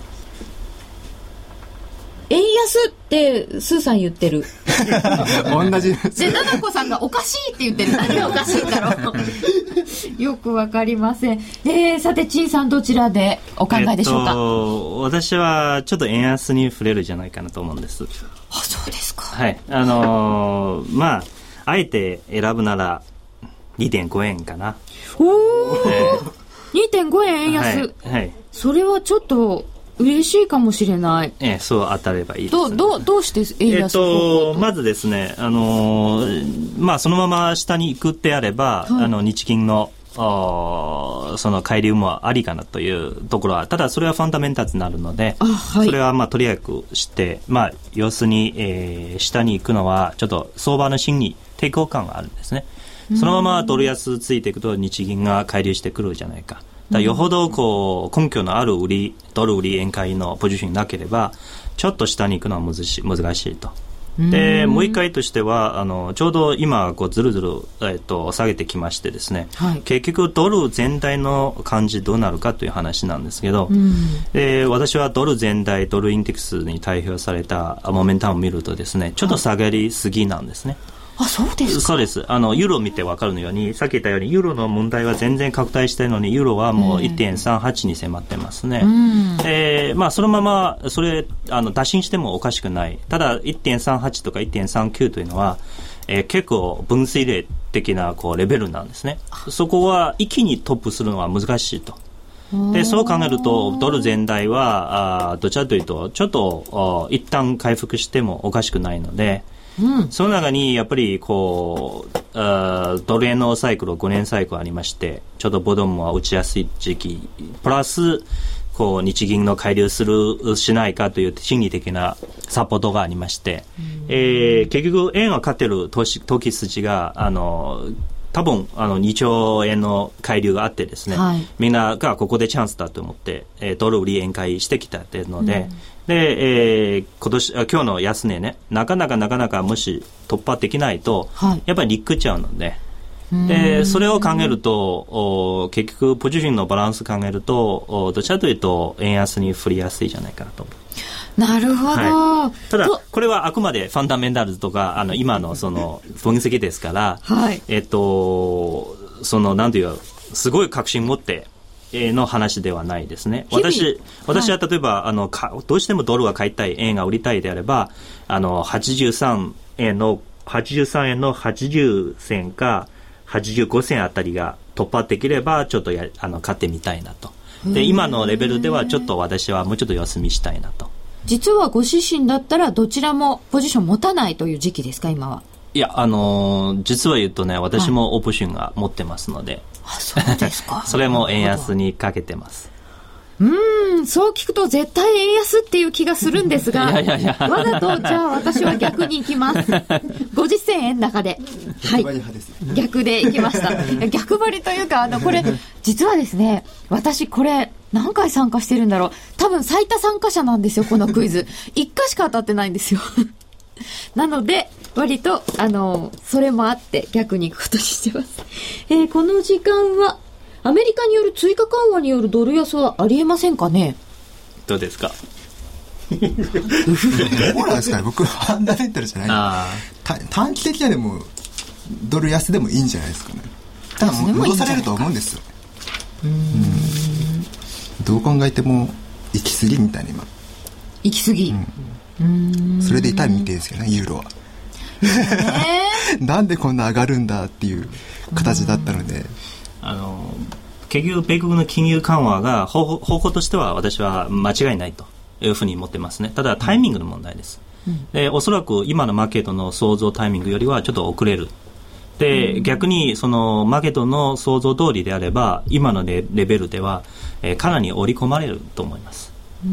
円安ってスーさん言ってる同じでななこさんがおかしいって言ってる。何がおかしいんだろうよくわかりません。えー、さて陳さんどちらでお考えでしょうか？えっと、私はちょっと円安に触れるじゃないかなと思うんです。 あ、そうですか。 はい、あのー、まああえて選ぶなら にてんごえんかな。 おー、えー、にてんごえん円安、はいはい、それはちょっと嬉しいかもしれない。 ええ、そう当たればいいです、ね、 ど, ど, どうして円安方法と、 えっと、まずですね、あのーまあ、そのまま下に行くってあれば、はい、あの日銀のその海流もありかなというところは、ただそれはファンダメンタルになるので、はい、それはまあとりあえずして、まあ、要するに、えー、下に行くのはちょっと相場の心理抵抗感があるんですね。そのままドル安ついていくと日銀が介入してくるじゃないか。だよほどこう根拠のある売りドル売り円買いのポジションになければちょっと下に行くのは難しい、難しいと。でもう一回としてはあのちょうど今こうずるずる、えっと、下げてきましてですね、はい、結局ドル全体の感じどうなるかという話なんですけど、で私はドル全体ドルインデックスに代表されたモメンタムを見るとですねちょっと下がりすぎなんですね。 あ、そうですか。 そうです。あのユーロを見て分かるように、さっき言ったようにユーロの問題は全然拡大しているのにユーロはもう いってんさんはち に迫ってますね。えーまあ、そのままそれあの打診してもおかしくない。ただ いってんさんはち とか いってんさんきゅう というのは、えー、結構分水嶺的なこうレベルなんですね。そこは一気にトップするのは難しいと。でそう考えるとドル全体はあどちらかというとちょっと一旦回復してもおかしくないので、うん、その中にやっぱりこうあドル円のサイクルごねんサイクルありまして、ちょっとボトムは打ちやすい時期プラスこう日銀の介入するしないかという心理的なサポートがありまして、うんえー、結局円を買ってる投資投機筋があの多分あのにちょうえんの介入があってですね、はい、みんながここでチャンスだと思って、えー、ドル売り円買いしてきたっていうので、うんで、えー、今年今日の安値ねなかなかなかなかもし突破できないと、はい、やっぱりリックっちゃうので、でそれを考えると結局ポジションのバランス考えるとどちらかというと円安に振りやすいじゃないかなと思う。 なるほど、 はい、ただこれはあくまでファンダメンタルズとかあの今のその分析ですから、はい、えっとそのなんていうすごい確信持っての話ではないですね。私、私は例えば、はい、あのかどうしてもドルが買いたい、円が売りたいであれば、あのはちじゅうさんえんのはちじゅうさんえんのはちじゅっせんかはちじゅうごせんあたりが突破できればちょっとやあの買ってみたいなと。で今のレベルではちょっと私はもうちょっと休みしたいなと。 実はご自身だったらどちらもポジション持たないという時期ですか今は？ いやあのー、実は言うとね私もオプションが持ってますので、はい、 あそうですかそれも円安にかけてます。 うーんそう聞くと絶対円安っていう気がするんですがいやいやいやわざとじゃあ私は逆に行きますごじゅっせんえん高で、はい、逆で行きました逆張りというかあのこれ実はですね私これ何回参加してるんだろう多分最多参加者なんですよこのクイズいっかいしか当たってないんですよなので割とあのそれもあって逆に行くことにしてます、えー、この時間はアメリカによる追加緩和によるドル安はありえませんかね？ どうですかどうなんですかね僕ファンダメンタルじゃないあ短期的にはでもドル安でもいいんじゃないですかね。ただ戻されると思うんですよ。うーんうんどう考えても行き過ぎみたいな今行き過ぎ、 うん、うーんそれで痛いみたいですよねユーロは、えー、なんでこんな上がるんだっていう形だったのであの結局米国の金融緩和が方法、方法としては私は間違いないというふうに思ってますね。ただタイミングの問題です、うん、でおそらく今のマーケットの想像タイミングよりはちょっと遅れるで、うん、逆にそのマーケットの想像通りであれば今の レ, レベルでは、えー、かなり織り込まれると思います、うん、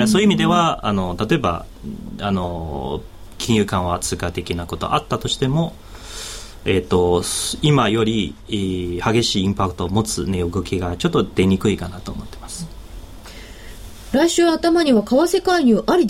そういう意味ではあの例えばあの金融緩和通貨的なことあったとしてもえー、と今より、えー、激しいインパクトを持つ値動きがちょっと出にくいかなと思ってます。 来週頭には為替介入ありです。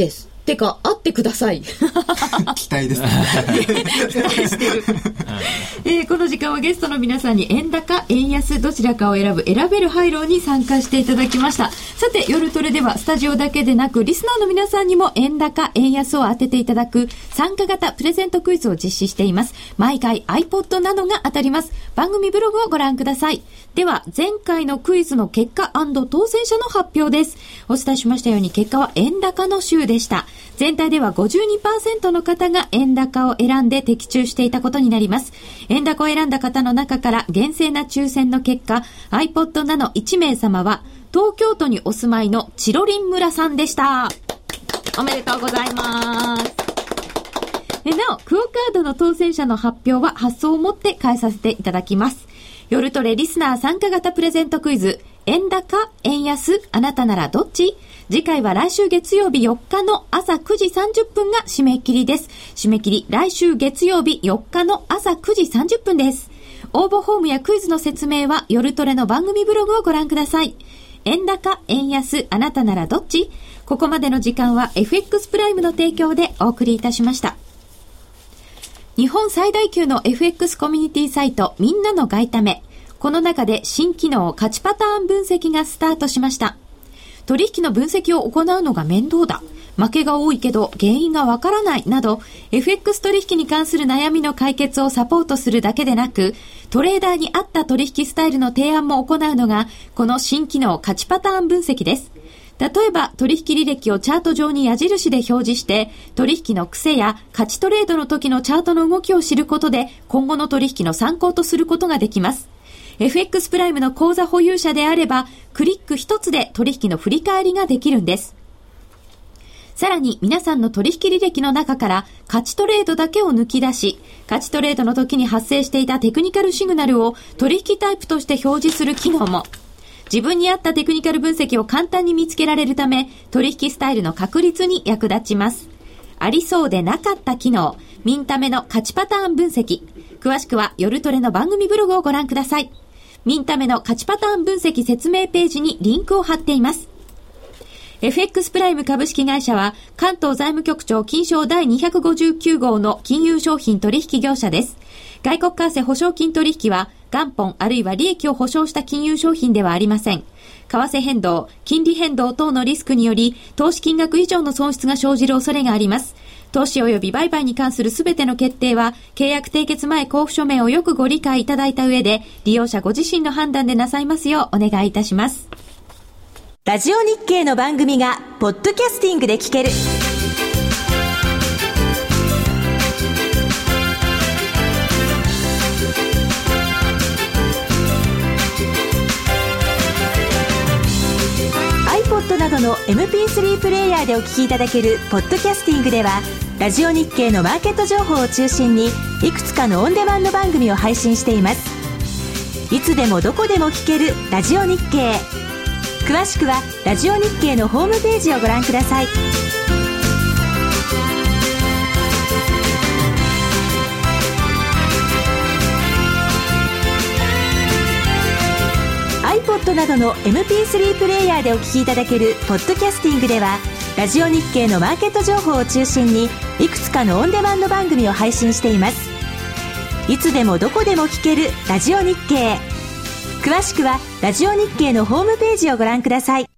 てか会ってください期待ですね期待してる、えー、この時間はゲストの皆さんに円高円安どちらかを選ぶ選べるハイローに参加していただきました。さて夜トレではスタジオだけでなくリスナーの皆さんにも円高円安を当てていただく参加型プレゼントクイズを実施しています。毎回 iPod などが当たります。番組ブログをご覧ください。では前回のクイズの結果&当選者の発表です。お伝えしましたように結果は円高の週でした。全体では ごじゅうにパーセント の方が円高を選んで的中していたことになります。円高を選んだ方の中から厳正な抽選の結果 iPod ナノいち名様は東京都にお住まいのチロリン村さんでした。おめでとうございます。でなおクオカードの当選者の発表は発送をもって返させていただきます。夜トレリスナー参加型プレゼントクイズ円高円安あなたならどっち。次回は来週月曜日よっかの朝くじさんじゅっぷんが締め切りです。締め切り来週月曜日よっかの朝くじさんじゅっぷんです。応募フォームやクイズの説明は夜トレの番組ブログをご覧ください。円高円安あなたならどっち。ここまでの時間は エフエックス プライムの提供でお送りいたしました。日本最大級の エフエックス コミュニティサイトみんなの外為。この中で新機能価値パターン分析がスタートしました。取引の分析を行うのが面倒だ。負けが多いけど原因がわからないなど エフエックス 取引に関する悩みの解決をサポートするだけでなくトレーダーに合った取引スタイルの提案も行うのがこの新機能価値パターン分析です。例えば取引履歴をチャート上に矢印で表示して取引の癖や価値トレードの時のチャートの動きを知ることで今後の取引の参考とすることができます。エフエックス プライムの口座保有者であればクリック一つで取引の振り返りができるんです。さらに皆さんの取引履歴の中から価値トレードだけを抜き出し価値トレードの時に発生していたテクニカルシグナルを取引タイプとして表示する機能も自分に合ったテクニカル分析を簡単に見つけられるため取引スタイルの確立に役立ちます。ありそうでなかった機能ミンタメの価値パターン分析。詳しくは夜トレの番組ブログをご覧ください。ミンタメの価値パターン分析説明ページにリンクを貼っています。エフエックス プライム株式会社は関東財務局長金賞だいにひゃくごじゅうきゅう号の金融商品取引業者です。外国為替保証金取引は元本あるいは利益を保証した金融商品ではありません。為替変動、金利変動等のリスクにより投資金額以上の損失が生じる恐れがあります。投資及び売買に関するすべての決定は契約締結前交付書面をよくご理解いただいた上で利用者ご自身の判断でなさいますようお願いいたします。 ラジオ日経の番組がポッドキャスティングで聞ける。iPod などの エムピースリー プレイヤーでお聞きいただけるポッドキャスティングではラジオ日経のマーケット情報を中心にいくつかのオンデマンド番組を配信しています。いつでもどこでも聞けるラジオ日経。詳しくはラジオ日経のホームページをご覧ください。iPod などの エムピースリー プレイヤーでお聞きいただけるポッドキャスティングではラジオ日経のマーケット情報を中心にいくつかのオンデマンド番組を配信しています。いつでもどこでも聞けるラジオ日経。詳しくはラジオ日経のホームページをご覧ください。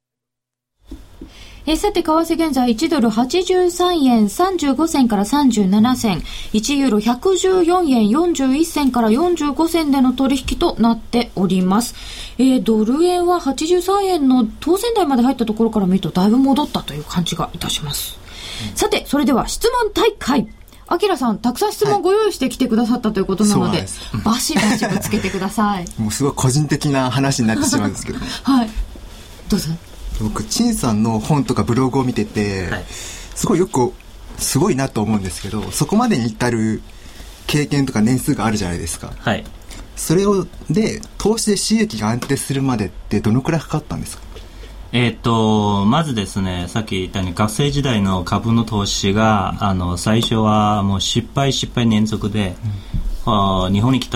えさて為替現在いちドルはちじゅうさんえんさんじゅうご銭からさんじゅうなな銭、いちユーロひゃくじゅうよんえんよんじゅういっ銭からよんじゅうご銭での取引となっております。えー、ドル円ははちじゅうさんえんの当選台まで入ったところから見るとだいぶ戻ったという感じがいたします。うん、さてそれでは質問大会。アキラさんたくさん質問ご用意してきてくださったということなので、はい、バシバシぶつけてください。 もうすごい個人的な話になってしまうんですけどはいどうぞ。 僕陳さんの本とかブログを見てて、はい、すごいよくすごいなと思うんですけどそこまでに至る経験とか年数があるじゃないですか。 はい。 それをで投資で収益が安定するまでってどのくらいかかったんですか。 えー、とまずですねさっき言ったように学生時代の株の投資があの最初はもう失敗失敗連続で、うん、あ日本に来た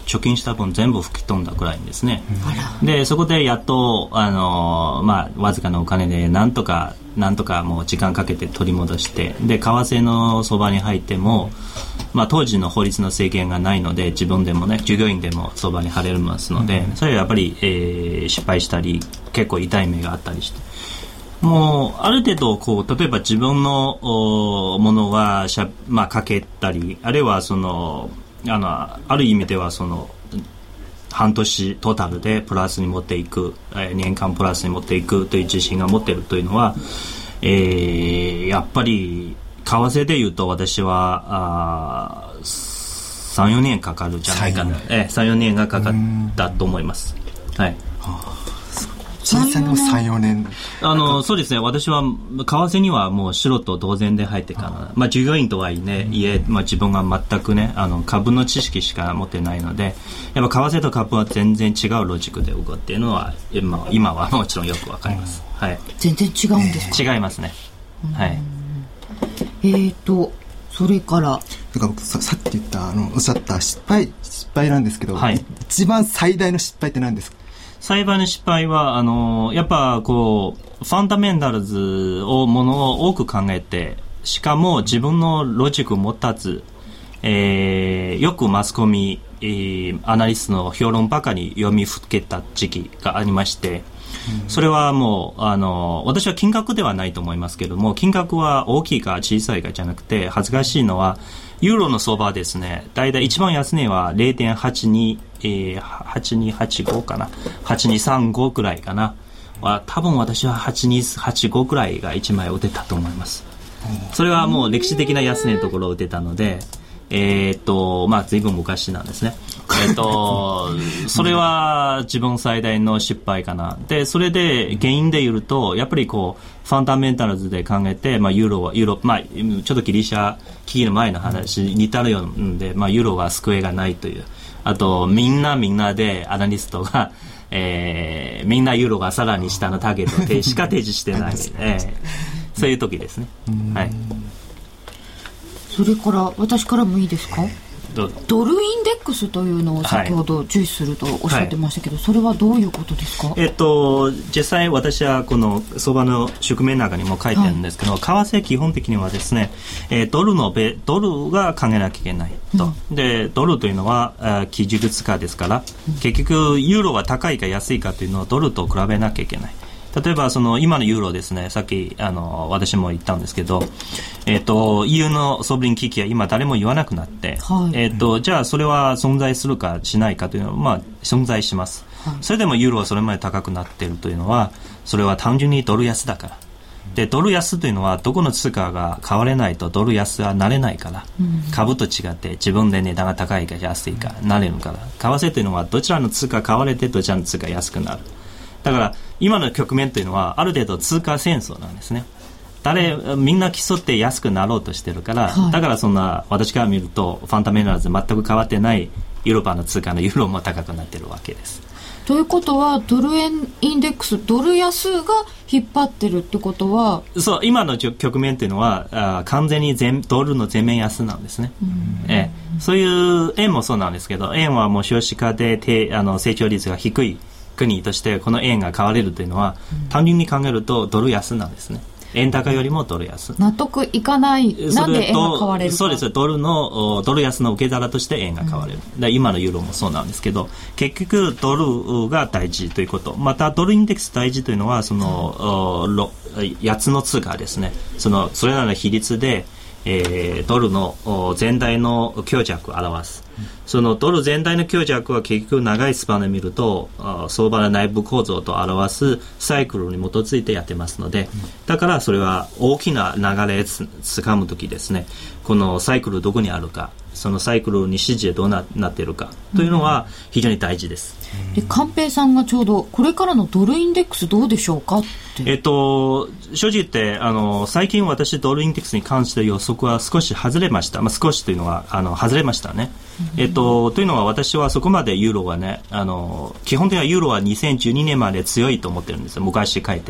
貯金した分全部吹き飛んだくらいですね、うん、でそこでやっとあの、まあ、わずかなお金でなんとかなんとかもう時間かけて取り戻してで為替の相場に入っても、まあ、当時の法律の制限がないので自分でもね従業員でも相場に入れますので、うん、それはやっぱり、えー、失敗したり結構痛い目があったりしてもうある程度こう例えば自分のものがしゃ、まあ、かけたりあるいはそのあのある意味ではその半年トータルでプラスに持っていく、えー、年間プラスに持っていくという自信が持っているというのは、えー、やっぱり為替でいうと私はあ さん,よ 年かかるじゃないかな さん,よ 年がかかったと思います。はい。 さん、よねんあのそうですね私は為替にはもう素人同然で入ってから、まあ、従業員とはいえ、ねいえまあ、自分が全くねあの株の知識しか持ってないのでやっぱ為替と株は全然違うロジックで動くっていうのは今, 今はもちろんよくわかります、はい、 全然違うんですか？ 違いますね、はい、 えーとそれからなんか僕 さ, さっき言ったあのおっしゃった失敗失敗なんですけど、はい、一番最大の失敗って何ですか？ 最大の失敗はあのやっぱこうファンダメンタルズをものを多く考えてしかも自分のロジックを持たず、えー、よくマスコミ、えー、アナリストの評論ばかり読みふけた時期がありまして、うん、それはもうあの私は金額ではないと思いますけども金額は大きいか小さいかじゃなくて恥ずかしいのはユーロの相場はですねだいたい一番安値は ゼロてんはちに、えー、はちにはちごかなはちにさんごくらいかな多分私ははちにはちごくらいがいちまい打てたと思います。それはもう歴史的な安値のところを打てたのでえー、っとまあ随分昔なんですね。えー、っとそれは自分最大の失敗かな。でそれで原因で言うとやっぱりこうファンダメンタルズで考えて、まあ、ユーロはユーロ、まあ、ちょっとギリシャ危機の前の話に似たるようで、まあ、ユーロは救いがないというあとみんなみんなでアナリストが、えー、みんなユーロがさらに下のターゲットでしか提示してない、えー、そういう時ですね。はい。 それから私からもいいですか？ドルインデックスというのを先ほど重視するとおっしゃってましたけど、はい、それはどういうことですか？ えっと、実際私はこの相場の宿命の中にも書いてあるんですけど、はい、為替基本的にはですね、えー、ドルのベドルが考えなきゃいけないと、うん、でドルというのは基準通貨ですから、うん、結局ユーロは高いか安いかというのをドルと比べなきゃいけない。例えばその今のユーロですね、さっきあの私も言ったんですけど、えっと イーユー のソブリン危機は今誰も言わなくなって、はい、えっとじゃあそれは存在するかしないかというのはまあ存在します、はい、それでもユーロはそれまで高くなっているというのはそれは単純にドル安だからでドル安というのはどこの通貨が買われないとドル安はなれないから、うん、株と違って自分で値段が高いか安いかなれるから為替というのはどちらの通貨買われてどちらの通貨安くなる。だから今の局面というのはある程度通貨戦争なんですね。誰みんな競って安くなろうとしてるから、はい、だからそんな私から見るとファンダメンタルズ全く変わってないヨーロッパの通貨のユーロも高くなってるわけです。 ということはドル円インデックスドル安が引っ張ってるってことはそう今の局面というのはあ完全に全ドルの全面安なんですね、ええ、そういう円もそうなんですけど円はもう少子化で低あの成長率が低い国としてこの円が買われるというのは、うん、単純に考えるとドル安なんですね。円高よりもドル安。 納得いかない。なんで円が買われるか。 そうです。ドルのドル安の受け皿として円が買われる、うん、で今のユーロもそうなんですけど結局ドルが大事ということ。またドルインデックス大事というのはその、うん、やっつの通貨ですね。そのそれらの比率でえー、ドルの全体の強弱を表す、うん、そのドル全体の強弱は結局長いスパンで見ると相場の内部構造と表すサイクルに基づいてやってますので、うん、だからそれは大きな流れをつかむときですねこのサイクルどこにあるかそのサイクルに指示でどう な, なっているかというのは非常に大事です、 うん、で寛平さんがちょうどこれからのドルインデックスどうでしょうかって、 えっと、正直言ってあの最近私ドルインデックスに関して予測は少し外れました、まあ、少しというのはあの外れましたね、うんえっと、というのは私はそこまでユーロはねあの基本的にはユーロはにせんじゅうにねんまで強いと思ってるんですよ昔書いて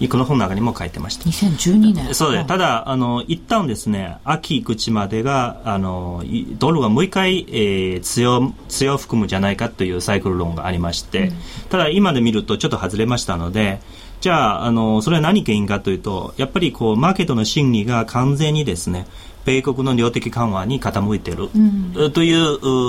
この本の中にも書いてました。 にせんじゅうにねん。 そうです。ただ、あの、一旦ですね、秋口までが、あの、ドルがもう一回、えー、強、強含むじゃないかというサイクル論がありまして、うん、ただ今で見るとちょっと外れましたので、じゃあ、あの、それは何原因かというと、やっぱりこう、マーケットの心理が完全にですね、米国の量的緩和に傾いている、うん、という、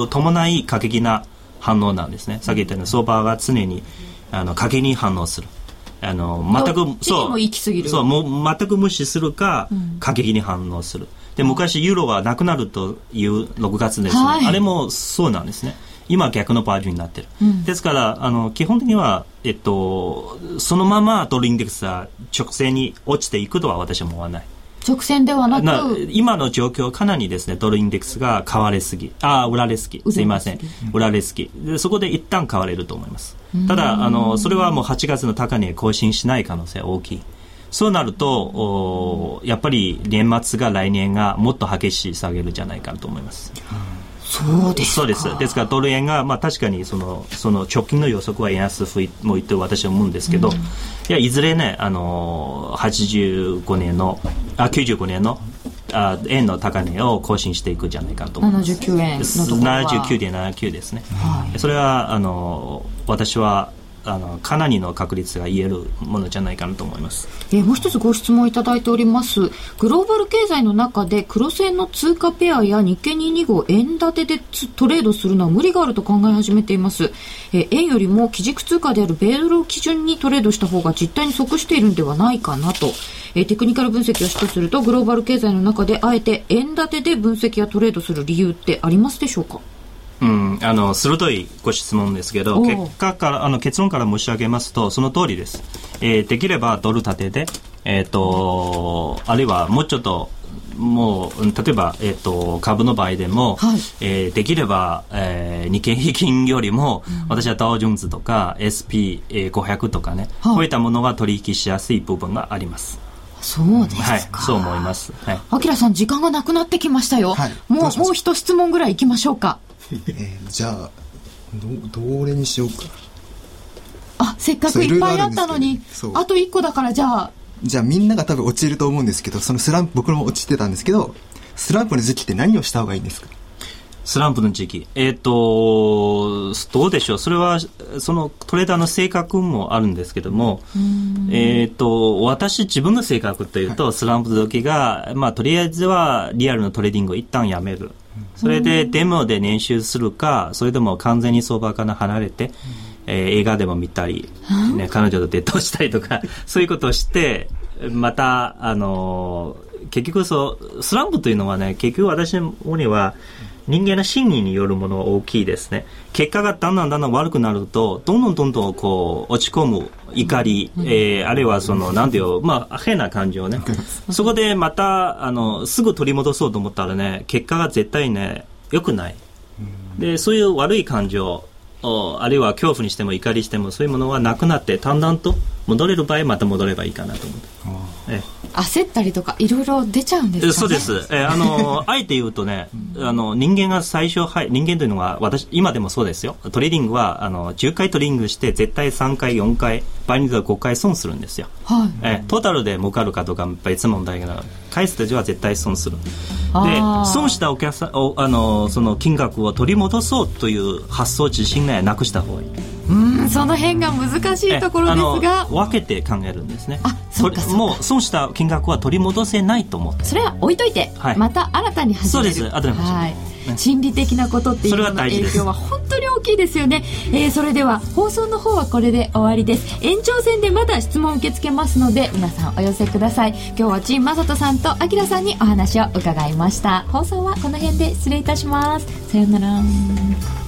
伴い過激な反応なんですね。さっき言ったように相場が常に、あの、過激に反応する。あの全くそうも行き過ぎるそうもう全く無視するか、うん、過激に反応する。で昔ユーロがなくなるというろくがつですね、はい、あれもそうなんですね。今は逆のバージョンになってる、うん、ですからあの基本的には、えっと、そのままドルインデックスは直線に落ちていくとは私は思わない。 直線ではなくな今の状況かなりですねドルインデックスが買われすぎあ売られすぎすいません売られすぎでそこで一旦買われると思います。ただあのそれはもうはちがつの高値更新しない可能性は大きい。そうなるとやっぱり年末が来年がもっと激しい下げるんじゃないかと思います。 そうですか。 そうです。ですからドル円が、まあ、確かにそのその直近の予測は円安もいって私は思うんですけど、うん、いやいずれねあのはちじゅうごねんのあきゅうじゅうごねんのあ円の高値を更新していくんじゃないかと思います。 ななじゅうきゅうえんのところはななじゅうきゅうてんななきゅう ですね、はい、それはあの私はあのかなりの確率が言えるものじゃないかなと思います。 えー、もう一つご質問いただいております。グローバル経済の中で黒線の通貨ペアや日経にひゃくにじゅうご円建てでトレードするのは無理があると考え始めています。えー、円よりも基軸通貨である米ドルを基準にトレードした方が実態に即しているんではないかなと、えー、テクニカル分析をしたとするとグローバル経済の中であえて円建てで分析やトレードする理由ってありますでしょうか。 うん、あの鋭いご質問ですけど結果からあの結論から申し上げますとその通りです。えー、できればドル建てで、えー、とあるいはもうちょっともう例えば、えー、と株の場合でも、はいえー、できれば、えー、日経平均よりも、うん、私はダウジョーンズとか エスピーごひゃく とかね、はい、こういったものが取引しやすい部分があります。 そうですか、 はい、そう思います。 あきらさん時間がなくなってきましたよ、はい、もう、もう一質問ぐらいいきましょうか。 えー、じゃあ ど, どれにしようか。 あせっかくいっぱいあったのにあといっこだからじゃあじゃあみんなが多分落ちると思うんですけどそのスランプ僕も落ちてたんですけどスランプの時期って何をした方がいいんですか。 スランプの時期えっ、ー、とどうでしょう。それはそのトレーダーの性格もあるんですけどもえっ、ー、と私自分の性格というと、はい、スランプの時がまあとりあえずはリアルのトレーディングを一旦やめる。それでデモで練習するかそれでも完全に相場から離れて、うんえー、映画でも見たり、ね、彼女とデートしたりとかそういうことをしてまた、あのー、結局そうスランプというのはね結局私の方には人間の心理によるものが大きいですね。結果がだんだんだんだん悪くなるとどんどんどんどんこう落ち込む怒り、えー、あるいはそのなんていうまあ変な感情ねそこでまたあのすぐ取り戻そうと思ったらね結果が絶対ね良くない。でそういう悪い感情あるいは恐怖にしても怒りしてもそういうものはなくなってだんだんと戻れる場合また戻ればいいかなと思って、 ええ、焦ったりとかいろいろ出ちゃうんですかね。 そうです、えあのあえて言うとねあの人間が最初、はい、人間というのは私今でもそうですよ。トレーディングはあのじゅっかいトレーディングして絶対さんかいよんかい場合によってはごかい損するんですよ、はいえトータルで儲かるかどうか別問題が返すときは絶対損する。で損したお客さんおあのその金額を取り戻そうという発想自信がなくした方がいい。 うんその辺が難しいところですが分けて考えるんですね。 あそうかそうかもう損した金額は取り戻せないと思ってそれは置いといて、はい、また新たに始める。 そうです後で始める、はい心理的なことっていうのの影響は本当に大きいですよね。えー、それでは放送の方はこれで終わりです。延長戦でまだ質問を受け付けますので皆さんお寄せください。今日は陳正人さんとあきらさんにお話を伺いました。放送はこの辺で失礼いたします。さようなら。